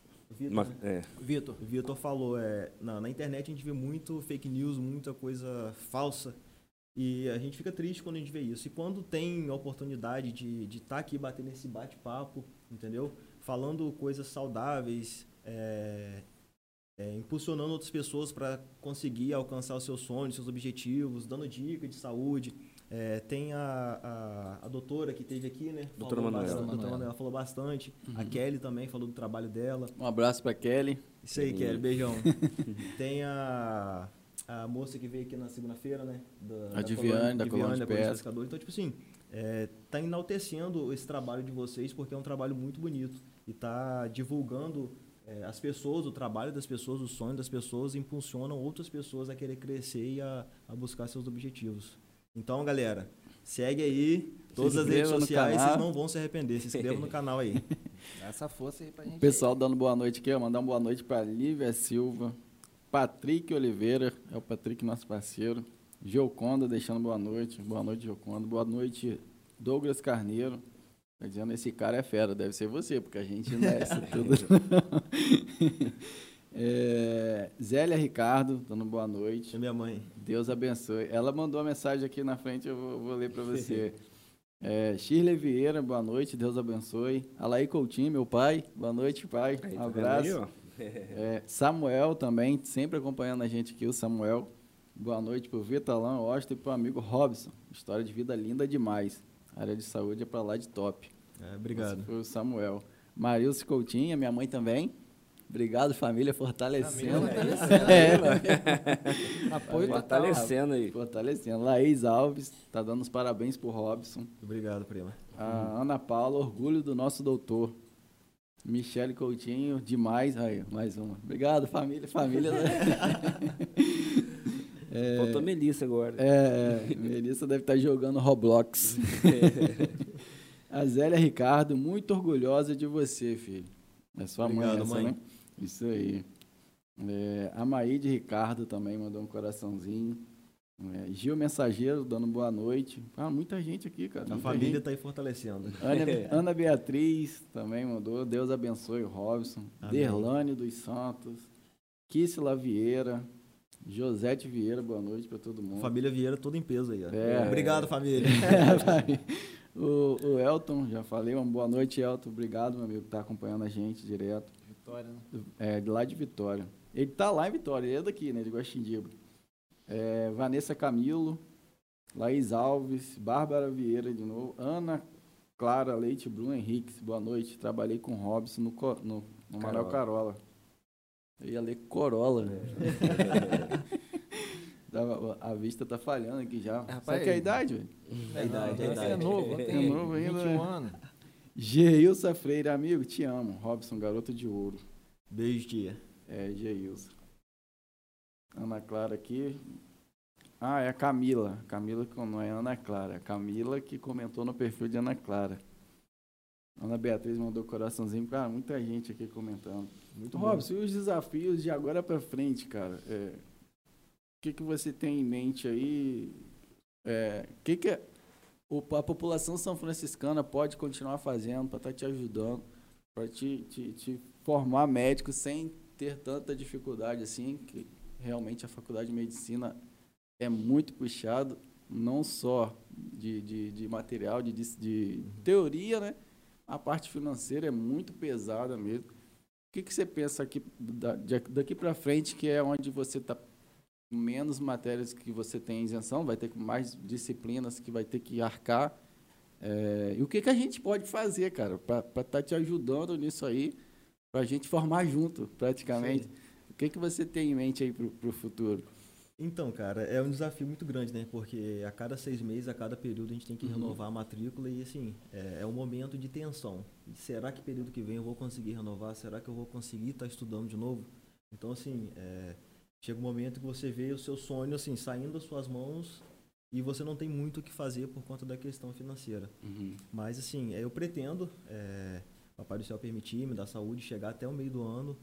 o Vitor falou, na internet a gente vê muito fake news, muita coisa falsa. E a gente fica triste quando a gente vê isso. E quando tem a oportunidade de estar aqui batendo esse bate-papo, entendeu? Falando coisas saudáveis, impulsionando outras pessoas para conseguir alcançar os seus sonhos, seus objetivos, dando dica de saúde. Tem a doutora que esteve aqui, né? Doutora Manuela falou bastante. A Kelly também falou do trabalho dela. Um abraço para Kelly. Isso aí, Kelly. Beijão. Tem a moça que veio aqui na segunda-feira, né? Da Colônia de Pesca. Então, tipo assim, tá enaltecendo esse trabalho de vocês, porque é um trabalho muito bonito. E tá divulgando as pessoas, o trabalho das pessoas, o sonho das pessoas, impulsionam outras pessoas a querer crescer e a buscar seus objetivos. Então, galera, segue aí todas as redes sociais, vocês não vão se arrepender. Se inscreva no canal aí. Dá essa força aí pra gente. O pessoal dando boa noite aqui, ó. Mandar uma boa noite para Lívia Silva. Patrick Oliveira, é o Patrick, nosso parceiro. Gioconda, deixando boa noite. Boa noite, Gioconda. Boa noite, Douglas Carneiro. Tá dizendo, esse cara é fera, deve ser você, porque a gente não é isso tudo. Zélia Ricardo, dando boa noite. É minha mãe. Deus abençoe. Ela mandou uma mensagem aqui na frente, eu vou ler para você. Shirley Vieira, boa noite, Deus abençoe. Alaí Coutinho, meu pai, boa noite, pai. Aí, um abraço. Aí, Samuel também, sempre acompanhando a gente aqui, o Samuel. Boa noite para o Vitalão, Austin e para o amigo Robson. História de vida linda demais. A área de saúde é para lá de top. Obrigado. Esse foi o Samuel. Marilson Coutinho, minha mãe também. Obrigado, família, fortalecendo. Apoio fortalecendo aí. Fortalecendo. Laís Alves, tá dando os parabéns pro Robson. Obrigado, prima. A Ana Paula, orgulho do nosso doutor. Michele Coutinho, demais. Aí, mais uma. Obrigado, família. Faltou Melissa agora. Melissa deve estar jogando Roblox. A Zélia Ricardo, muito orgulhosa de você, filho. É sua Obrigado, mãe, né? Isso aí. A Maíde Ricardo também mandou um coraçãozinho. Gil Mensageiro dando boa noite. Muita gente aqui, cara. A família está aí fortalecendo. Ana Beatriz também mandou. Deus abençoe o Robson. Derlane dos Santos. Kissila Vieira. Josete Vieira, boa noite para todo mundo. Família Vieira toda em peso aí, ó. É. Obrigado, família. O Elton, já falei, uma boa noite, Elton. Obrigado, meu amigo, que está acompanhando a gente direto. Vitória, né? De lá de Vitória. Ele tá lá em Vitória, ele é daqui, né? De Guaxindiba. Vanessa Camilo, Laís Alves, Bárbara Vieira de novo, Ana Clara Leite, Bruno Henriques, boa noite. Trabalhei com o Robson no Manuel Carola. Eu ia ler Corolla. A vista tá falhando aqui já. Rapaz, sabe que é a idade, velho? É a idade, é a idade. É novo, tem novo ainda, 21 anos. Geilson Freire, amigo, te amo. Robson, garoto de ouro. Beijo, tia. Geilson. Ana Clara aqui. É a Camila. Camila que não é Ana Clara. Camila que comentou no perfil de Ana Clara. Ana Beatriz mandou coraçãozinho. Cara, muita gente aqui comentando. Muito Robson, e os desafios de agora para frente, cara? O que você tem em mente aí? O que a população são franciscana pode continuar fazendo para estar te ajudando, para te formar médico sem ter tanta dificuldade assim, que realmente a faculdade de medicina é muito puxado, não só de material, de teoria, né? A parte financeira é muito pesada mesmo. O que você pensa aqui daqui para frente, que é onde você está menos matérias que você tem isenção, vai ter mais disciplinas que vai ter que arcar. E o que a gente pode fazer, cara, para estar te ajudando nisso aí, para a gente formar junto, praticamente. Sim. O que você tem em mente aí para o futuro? Então, cara, é um desafio muito grande, né? Porque a cada 6 meses, a cada período, a gente tem que renovar a matrícula e, assim, é um momento de tensão. Será que período que vem eu vou conseguir renovar? Será que eu vou conseguir estar estudando de novo? Então, assim, chega um momento que você vê o seu sonho, assim, saindo das suas mãos e você não tem muito o que fazer por conta da questão financeira. Mas, assim, eu pretendo, Papai do Céu permitir, me dar saúde, chegar até o meio do ano,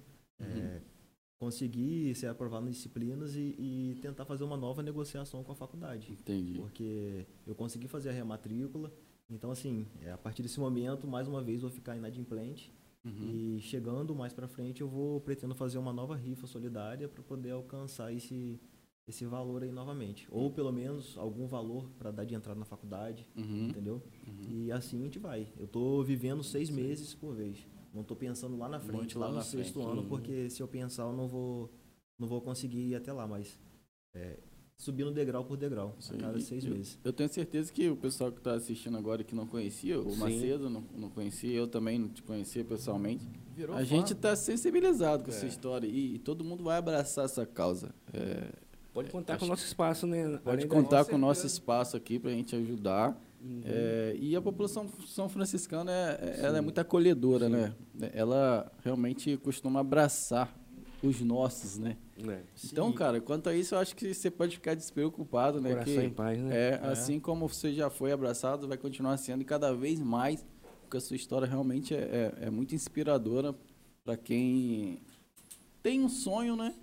conseguir ser aprovado nas disciplinas e tentar fazer uma nova negociação com a faculdade. Entendi. Porque eu consegui fazer a rematrícula, então, assim, a partir desse momento, mais uma vez, vou ficar inadimplente. E chegando mais para frente, pretendo fazer uma nova rifa solidária para poder alcançar esse valor aí novamente. Ou pelo menos algum valor para dar de entrada na faculdade, entendeu? E assim a gente vai. Eu estou vivendo 6 meses por vez. Não estou pensando lá na frente, lá no 6º ano, porque se eu pensar eu não vou conseguir ir até lá, mas subindo degrau por degrau, a cada 6 meses. Eu tenho certeza que o pessoal que está assistindo agora que não conhecia, o Macedo não conhecia, eu também não te conhecia pessoalmente. A gente está sensibilizado com essa história e todo mundo vai abraçar essa causa. Pode contar com o nosso espaço, né? Pode contar com o nosso espaço aqui para a gente ajudar. E a população são franciscana ela é muito acolhedora, né? Ela realmente costuma abraçar os nossos, né? Então, cara, quanto a isso, eu acho que você pode ficar despreocupado, né? Coração em paz, né? Assim como você já foi abraçado, vai continuar sendo e cada vez mais, porque a sua história realmente é muito inspiradora para quem tem um sonho, né?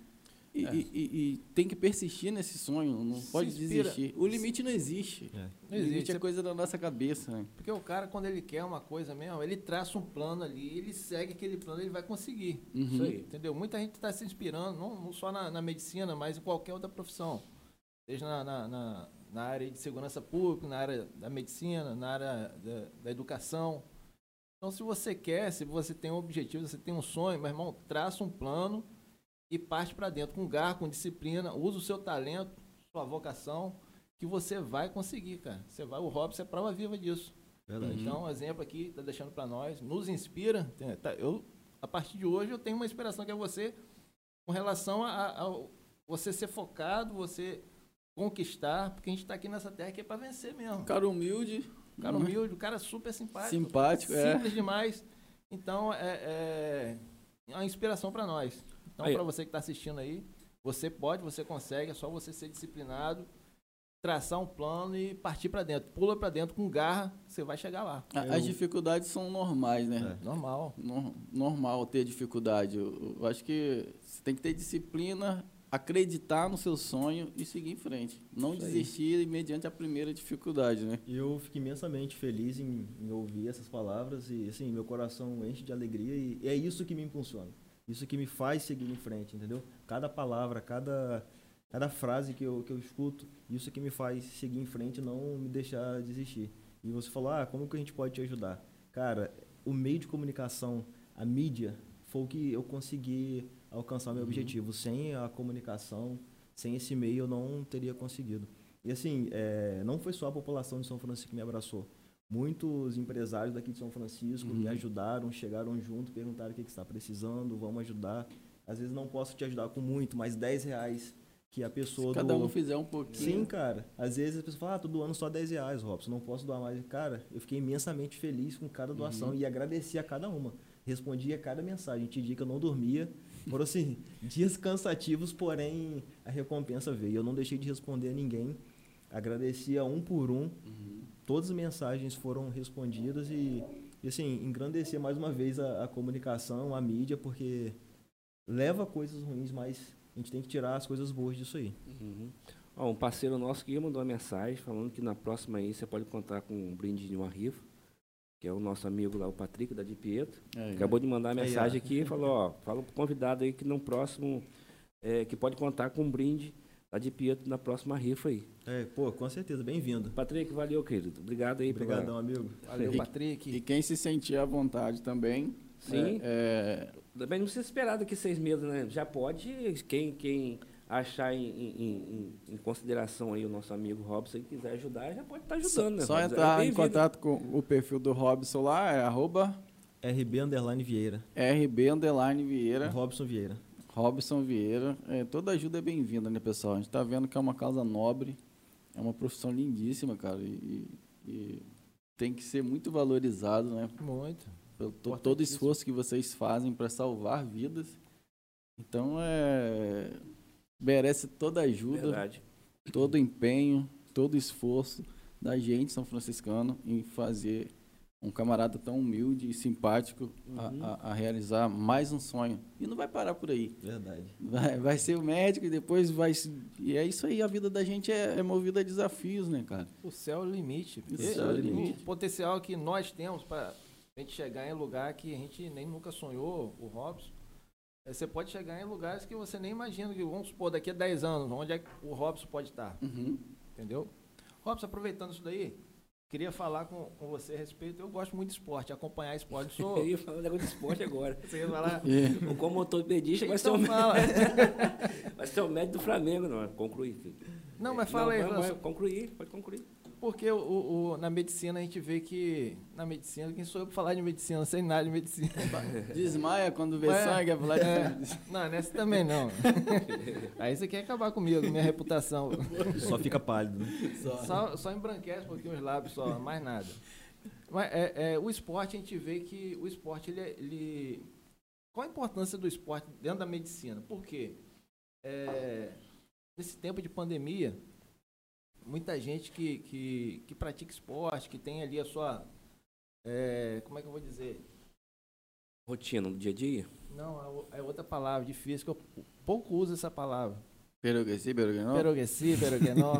E tem que persistir nesse sonho, não pode desistir. O limite não existe. O limite é coisa da nossa cabeça. Né? Porque o cara, quando ele quer uma coisa mesmo, ele traça um plano ali, ele segue aquele plano, ele vai conseguir. Isso aí, entendeu? Muita gente está se inspirando, não só na medicina, mas em qualquer outra profissão. Seja na área de segurança pública, na área da medicina, na área da educação. Então, se você quer, se você tem um objetivo, se você tem um sonho, meu irmão, traça um plano e parte para dentro com garra, com disciplina, usa o seu talento, sua vocação, que você vai conseguir, cara. O Robson é prova viva disso. Verdade. Então, um exemplo aqui, está deixando para nós, nos inspira. A partir de hoje, eu tenho uma inspiração que é você, com relação a você ser focado, você conquistar, porque a gente está aqui nessa terra que é para vencer mesmo. Cara humilde. O cara super simpático. Simpático, simples demais. Então, é uma inspiração para nós. Então, para você que está assistindo aí, você consegue, é só você ser disciplinado, traçar um plano e partir para dentro. Pula para dentro com garra, você vai chegar lá. As dificuldades são normais, né? Normal. Normal ter dificuldade. Eu acho que você tem que ter disciplina, acreditar no seu sonho e seguir em frente. Não desistir mediante a primeira dificuldade, né? Eu fico imensamente feliz em ouvir essas palavras e, assim, meu coração enche de alegria e é isso que me impulsiona. Isso que me faz seguir em frente, entendeu? Cada palavra, cada cada frase que eu escuto, isso que me faz seguir em frente e não me deixar desistir. E você falou, como que a gente pode te ajudar? Cara, o meio de comunicação, a mídia, foi o que eu consegui alcançar o meu objetivo. Sem a comunicação, sem esse meio, eu não teria conseguido. E assim, não foi só a população de São Francisco que me abraçou. Muitos empresários daqui de São Francisco me ajudaram, chegaram junto, perguntaram o que você está precisando, vamos ajudar. Às vezes não posso te ajudar com muito, mas R$10 que a pessoa... Se cada um fizer um pouquinho. Sim, cara. Às vezes a pessoa fala, todo ano só R$10, Robson, não posso doar mais. Cara, eu fiquei imensamente feliz com cada doação e agradeci a cada uma. Respondi a cada mensagem. Tinha dia que eu não dormia. Foram assim, dias cansativos, porém a recompensa veio. Eu não deixei de responder a ninguém. Agradeci a um por um. Todas as mensagens foram respondidas e assim, engrandecer mais uma vez a comunicação, a mídia, porque leva coisas ruins, mas a gente tem que tirar as coisas boas disso aí. Um parceiro nosso que mandou uma mensagem falando que na próxima aí você pode contar com um brinde de uma rifa, que é o nosso amigo lá, o Patrick, da de Pietro. Acabou de mandar a mensagem aqui e falou, fala pro convidado aí que no próximo, que pode contar com um brinde da de Pietro na próxima rifa aí. Com certeza, bem-vindo. Patrick, valeu, querido. Obrigado aí. Obrigadão, amigo. Valeu, Patrick. E quem se sentir à vontade também... Sim. Também não precisa esperar daqui 6 meses, né? Já pode, quem achar em consideração aí o nosso amigo Robson e quiser ajudar, já pode estar ajudando, né? Só entrar em contato com o perfil do Robson lá, @RB_Vieira. RB_Vieira. Robson Vieira. Robson Vieira. Toda ajuda é bem-vinda, né, pessoal? A gente está vendo que é uma causa nobre, é uma profissão lindíssima, cara, e tem que ser muito valorizado, né? Muito. Pelo todo o esforço que vocês fazem para salvar vidas. Então, merece toda a ajuda, Verdade. todo o empenho, todo o esforço da gente, são franciscano, em fazer um camarada tão humilde e simpático a realizar mais um sonho. E não vai parar por aí. Verdade. Vai ser o médico e depois vai... E é isso aí, a vida da gente é movida a desafios, né, cara? O céu é o limite. O céu é o limite. O potencial que nós temos para a gente chegar em lugar que a gente nem nunca sonhou, o Robson. Você pode chegar em lugares que você nem imagina, que vamos supor, daqui a 10 anos, onde é que o Robson pode estar. Entendeu? Robson, aproveitando isso daí, queria falar com você a respeito. Eu gosto muito de esporte, acompanhar esporte. Eu ia falar negócio de esporte agora. Você ia falar? Como ortopedista, vai ser o médico do Flamengo, não. Concluir. Não, mas fala aí. Pode concluir. Porque na medicina a gente vê que... Na medicina, quem sou eu para falar de medicina? Não sei nada de medicina. Desmaia quando vê sangue, falar de... Não, nessa também não. Aí você quer acabar comigo, minha reputação. Só fica pálido, né? Só embranquece um pouquinho os lábios, só, mais nada. Mas o esporte, a gente vê que o esporte, ele... Qual a importância do esporte dentro da medicina? Por quê? Nesse tempo de pandemia, muita gente que pratica esporte, que tem ali a sua... como é que eu vou dizer? Rotina do dia a dia? Não, é outra palavra difícil, que eu pouco uso essa palavra. Perogueci, peroguenó? Perogueci, peroguenó.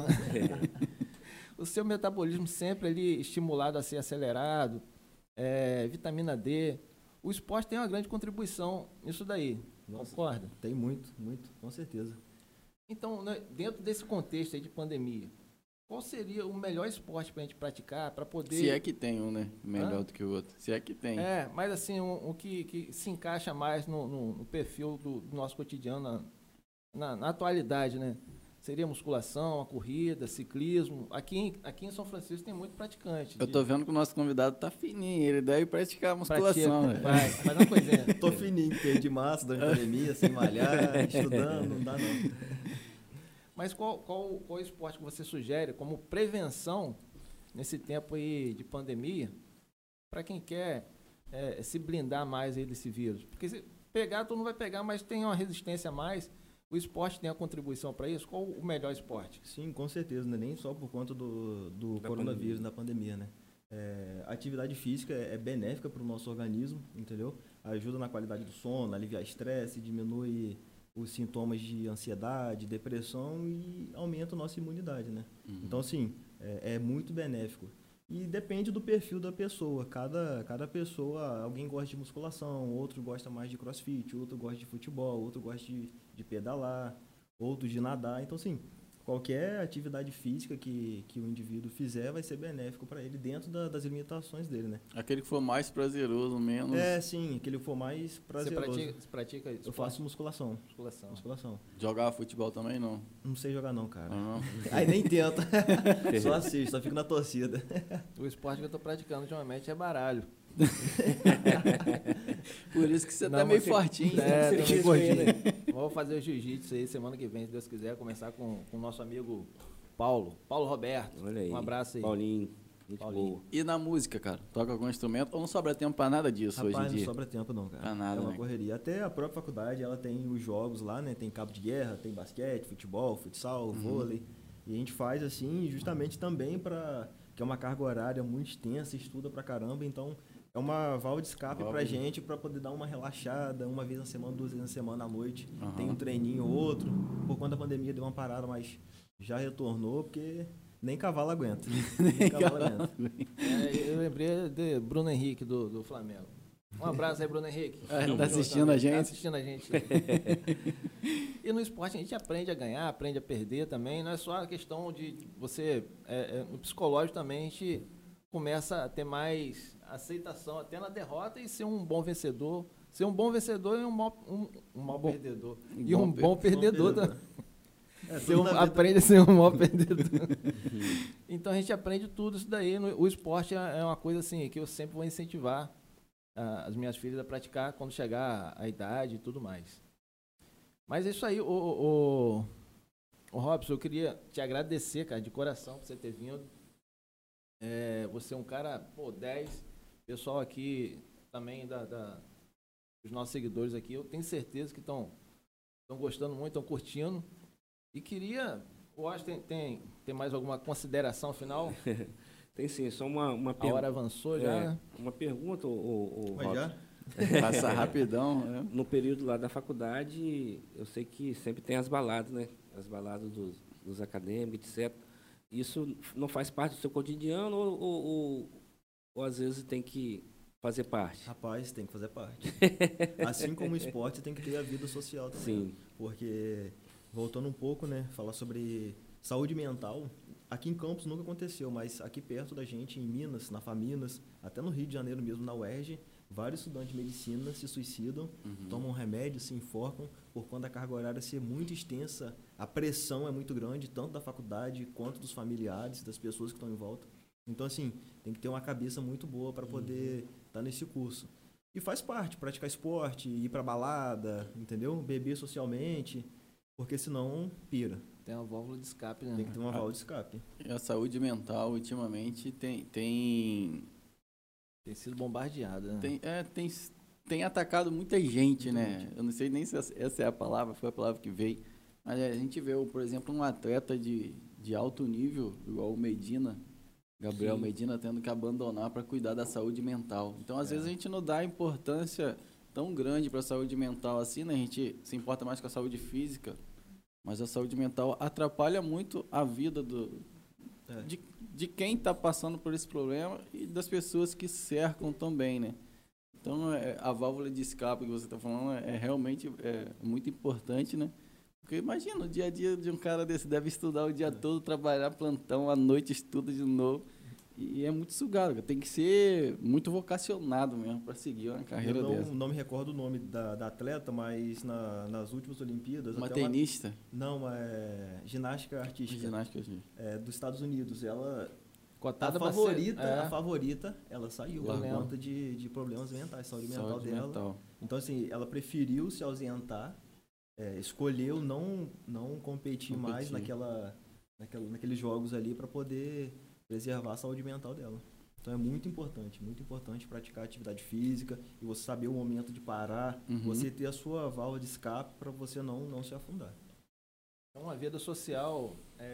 O seu metabolismo sempre ali estimulado a ser acelerado, vitamina D. O esporte tem uma grande contribuição nisso daí. Nossa, concorda? Tem muito, com certeza. Então, né, dentro desse contexto aí de pandemia, qual seria o melhor esporte para a gente praticar, para poder... Se é que tem um, né? Melhor do que o outro. Se é que tem. Mas assim, um que se encaixa mais no perfil do nosso cotidiano, na atualidade, né? Seria musculação, a corrida, ciclismo. Aqui em São Francisco tem muito praticante. Eu tô vendo que o nosso convidado tá fininho, ele deve praticar musculação. Faz uma coisinha. Tô fininho, perdi massa durante a pandemia, sem malhar, estudando, não dá não. Mas qual esporte que você sugere como prevenção nesse tempo aí de pandemia para quem quer se blindar mais aí desse vírus? Porque se pegar, todo mundo vai pegar, mas tem uma resistência a mais. O esporte tem a contribuição para isso? Qual o melhor esporte? Sim, com certeza, né? Nem só por conta do coronavírus, da pandemia, né? A atividade física é benéfica para o nosso organismo, entendeu? Ajuda na qualidade do sono, aliviar estresse, diminui os sintomas de ansiedade, depressão e aumenta a nossa imunidade, né? Então, assim, é muito benéfico. E depende do perfil da pessoa. Cada pessoa, alguém gosta de musculação, outro gosta mais de crossfit, outro gosta de futebol, outro gosta de pedalar, outros de nadar. Então, assim, qualquer atividade física que o indivíduo fizer vai ser benéfico para ele dentro das limitações dele, né? Aquele que for mais prazeroso, menos... Sim, aquele que for mais prazeroso. Você pratica esporte? Eu faço musculação. Musculação. Jogar futebol também, não? Não sei jogar não, cara. Não. Aí nem tenta. Só assisto, só fico na torcida. O esporte que eu tô praticando ultimamente é baralho. Por isso que você tá meio fortinho. Tô meio gordinho. Vou fazer o jiu-jitsu aí semana que vem, se Deus quiser, começar com o nosso amigo Paulo Roberto. Olha aí. Um abraço aí. Paulinho. Muito Paulinho. boa. E na música, cara? Toca algum instrumento? Ou não sobra tempo pra nada disso Rapaz, hoje em dia? não sobra tempo não, cara. Pra nada, é uma né? correria. Até a própria faculdade, ela tem os jogos lá, né? Tem cabo de guerra, tem basquete, futebol, futsal, vôlei. E a gente faz assim, justamente também para que é uma carga horária muito extensa, estuda pra caramba, então é uma válvula de escape pra gente para poder dar uma relaxada, uma vez na semana, 2 vezes na semana à noite. Tem um treininho ou outro. Por conta da pandemia deu uma parada, mas já retornou porque nem cavalo aguenta. Nem cavalo aguenta. Eu lembrei de Bruno Henrique do Flamengo. Um abraço aí, Bruno Henrique. Tá assistindo a gente? Tá assistindo a gente. E no esporte a gente aprende a ganhar, aprende a perder também. Não é só a questão de você... no psicológico também a gente começa a ter mais aceitação até na derrota e ser um bom vencedor. Ser um bom vencedor e um mau perdedor. E um bom perdedor também. Aprende a ser um mau perdedor. Então a gente aprende tudo isso daí. O esporte é uma coisa assim que eu sempre vou incentivar as minhas filhas a praticar quando chegar a idade e tudo mais. Mas é isso aí, o Robson, eu queria te agradecer, cara, de coração por você ter vindo. Você é um cara, 10. Pessoal aqui também dos nossos seguidores aqui, eu tenho certeza que estão gostando muito, estão curtindo. E queria, eu acho que tem mais alguma consideração final? Tem sim, só uma pergunta. A hora avançou já, né? Uma pergunta, o Mas já? Passa rapidão, né? No período lá da faculdade, eu sei que sempre tem as baladas, né? As baladas dos acadêmicos, etc. Isso não faz parte do seu cotidiano ou às vezes tem que fazer parte? Rapaz, tem que fazer parte. Assim como o esporte, tem que ter a vida social também. Sim. Porque, voltando um pouco, né? Falar sobre saúde mental. Aqui em Campos nunca aconteceu, mas aqui perto da gente, em Minas, na Faminas, até no Rio de Janeiro mesmo, na UERJ, vários estudantes de medicina se suicidam, tomam remédio, se enforcam, por conta da carga horária ser muito extensa, a pressão é muito grande, tanto da faculdade quanto dos familiares, das pessoas que estão em volta. Então, assim, tem que ter uma cabeça muito boa para poder estar nesse curso. E faz parte, praticar esporte, ir para balada, entendeu? Beber socialmente, porque senão pira. Tem uma válvula de escape, né? Tem que ter uma válvula de escape. E a saúde mental, ultimamente, tem sido bombardeada, né? Tem atacado muita gente, né? Eu não sei nem se essa é a palavra, foi a palavra que veio. Mas a gente vê, por exemplo, um atleta de alto nível, igual o Medina, Gabriel Medina, tendo que abandonar para cuidar da saúde mental. Então, às vezes, a gente não dá importância tão grande para a saúde mental assim, né? A gente se importa mais com a saúde física, mas a saúde mental atrapalha muito a vida de quem está passando por esse problema e das pessoas que cercam também, né? Então, a válvula de escape que você está falando é realmente muito importante, né? Porque imagina, o dia a dia de um cara desse deve estudar o dia todo, trabalhar plantão, à noite estuda de novo. E é muito sugado, tem que ser muito vocacionado mesmo para seguir uma carreira dessa. Eu não me recordo o nome da atleta, mas nas últimas Olimpíadas... Uma tenista? Não, é ginástica artística. Ginástica artística. Dos Estados Unidos. Ela... Cotada a favorita, ela saiu por conta de problemas mentais, saúde mental dela. Então, assim, ela preferiu se ausentar, escolheu não competir mais naqueles jogos ali para poder preservar a saúde mental dela. Então é muito importante praticar atividade física e você saber o momento de parar, você ter a sua válvula de escape para você não se afundar. Então, uma vida social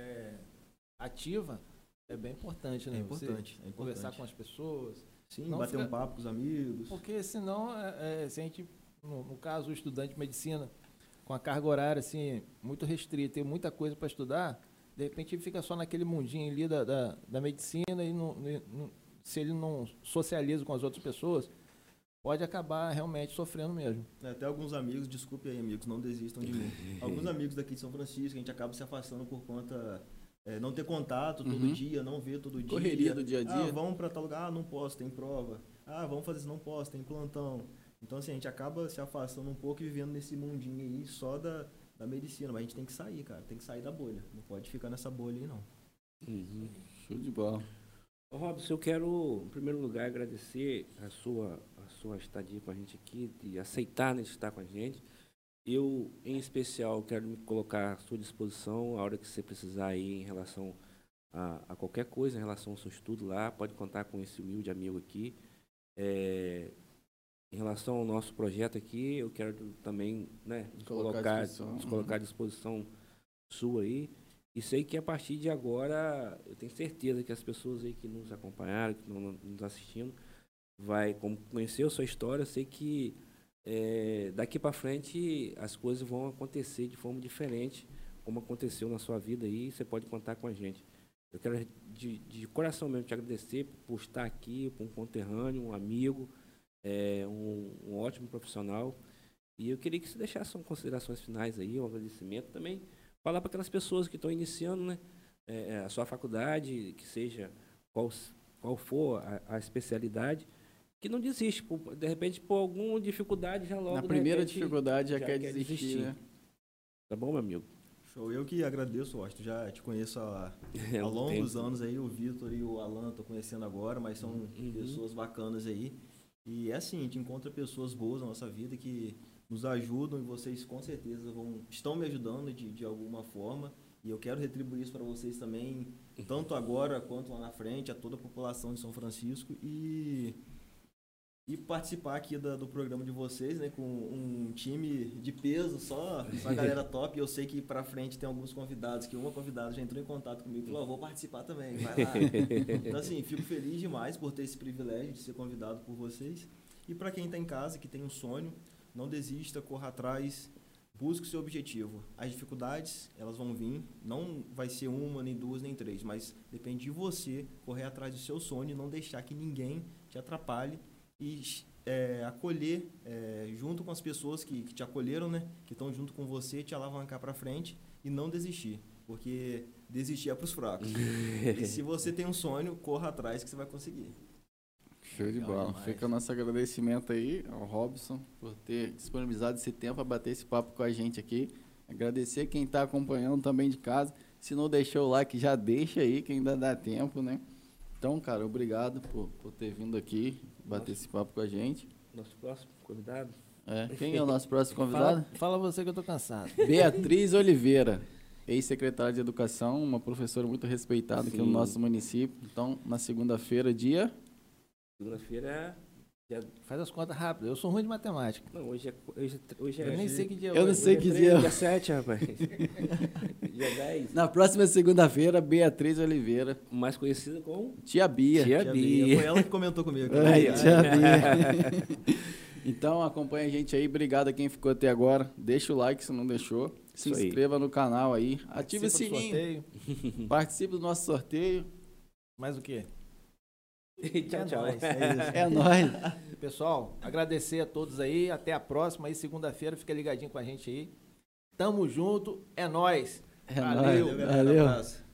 ativa é bem importante, né? É importante. Conversar com as pessoas. Sim, bater um papo com os amigos. Porque senão, se a gente, no caso, o estudante de medicina, com a carga horária assim, muito restrita, tem muita coisa para estudar, de repente ele fica só naquele mundinho ali da medicina e se ele não socializa com as outras pessoas, pode acabar realmente sofrendo mesmo. Até alguns amigos, desculpe aí, amigos, não desistam de mim. Alguns amigos daqui de São Francisco, a gente acaba se afastando por conta... não ter contato todo dia, não ver todo dia. Correria do dia a dia. Vamos para tal lugar, não posso, tem prova. Vamos fazer isso, não posso, tem plantão. Então, assim, a gente acaba se afastando um pouco e vivendo nesse mundinho aí só da medicina. Mas a gente tem que sair, cara, tem que sair da bolha. Não pode ficar nessa bolha aí, não. Show de bola. Ô, Robson, eu quero, em primeiro lugar, agradecer a sua estadia com a gente aqui, de aceitar, né, de estar com a gente. Eu, em especial, quero me colocar à sua disposição a hora que você precisar aí em relação a qualquer coisa, em relação ao seu estudo lá, pode contar com esse humilde amigo aqui. Em relação ao nosso projeto aqui, eu quero também, né, nos colocar à disposição sua aí. E sei que a partir de agora, eu tenho certeza que as pessoas aí que nos acompanharam, que estão nos assistindo, vai conhecer a sua história. Eu sei que daqui para frente as coisas vão acontecer de forma diferente, como aconteceu na sua vida aí, você pode contar com a gente. Eu quero de coração mesmo te agradecer por estar aqui, por um conterrâneo, um amigo, um ótimo profissional. E eu queria que você deixasse umas considerações finais aí, um agradecimento também. Falar para aquelas pessoas que estão iniciando, né, a sua faculdade, que seja qual for a especialidade, que não desiste, de repente, por alguma dificuldade, já logo... Na primeira dificuldade já quer desistir, né? Tá bom, meu amigo? Show. Eu que agradeço, Austin. Já te conheço há longos anos aí, o Vitor e o Alan, tô conhecendo agora, mas são pessoas bacanas aí. E é assim, a gente encontra pessoas boas na nossa vida que nos ajudam e vocês com certeza estão me ajudando de alguma forma. E eu quero retribuir isso para vocês também, tanto agora quanto lá na frente, a toda a população de São Francisco. E participar aqui do programa de vocês, né, com um time de peso, só a galera top. E eu sei que para frente tem alguns convidados, que uma convidada já entrou em contato comigo e falou, vou participar também, vai lá. Então, assim, fico feliz demais por ter esse privilégio de ser convidado por vocês. E para quem está em casa, que tem um sonho, não desista, corra atrás, busque o seu objetivo. As dificuldades, elas vão vir, não vai ser uma, nem duas, nem três, mas depende de você correr atrás do seu sonho e não deixar que ninguém te atrapalhe e acolher junto com as pessoas que te acolheram, né, que estão junto com você, te alavancar para frente e não desistir, porque desistir é para os fracos. E se você tem um sonho, corra atrás que você vai conseguir. Show de bola. Fica o nosso agradecimento aí ao Robson por ter disponibilizado esse tempo para bater esse papo com a gente aqui. Agradecer quem está acompanhando também de casa. Se não deixou o like, já deixa aí, que ainda dá tempo, né? Então, cara, obrigado por ter vindo aqui, bater esse papo com a gente. Nosso próximo convidado. Quem é o nosso próximo convidado? Fala você que eu tô cansado. Beatriz Oliveira, ex-secretária de Educação, uma professora muito respeitada aqui no nosso município. Então, na segunda-feira, Segunda-feira... Faz as contas rápido. Eu sou ruim de matemática. Não, hoje é eu nem sei que dia é hoje. Eu não sei que dia é. Dia 7, rapaz. Dia 10. Na próxima segunda-feira, Beatriz Oliveira. Mais conhecida como? Tia Bia. Tia Bia. Foi ela que comentou comigo. Tia Bia. Então, acompanha a gente aí. Obrigado a quem ficou até agora. Deixa o like se não deixou. Se inscreva no canal aí. Ative o sininho. Participe do nosso sorteio. Mais o quê? Tchau. É nóis. Pessoal, agradecer a todos aí. Até a próxima. Aí, segunda-feira, fica ligadinho com a gente aí. Tamo junto. É nóis. Valeu. Valeu.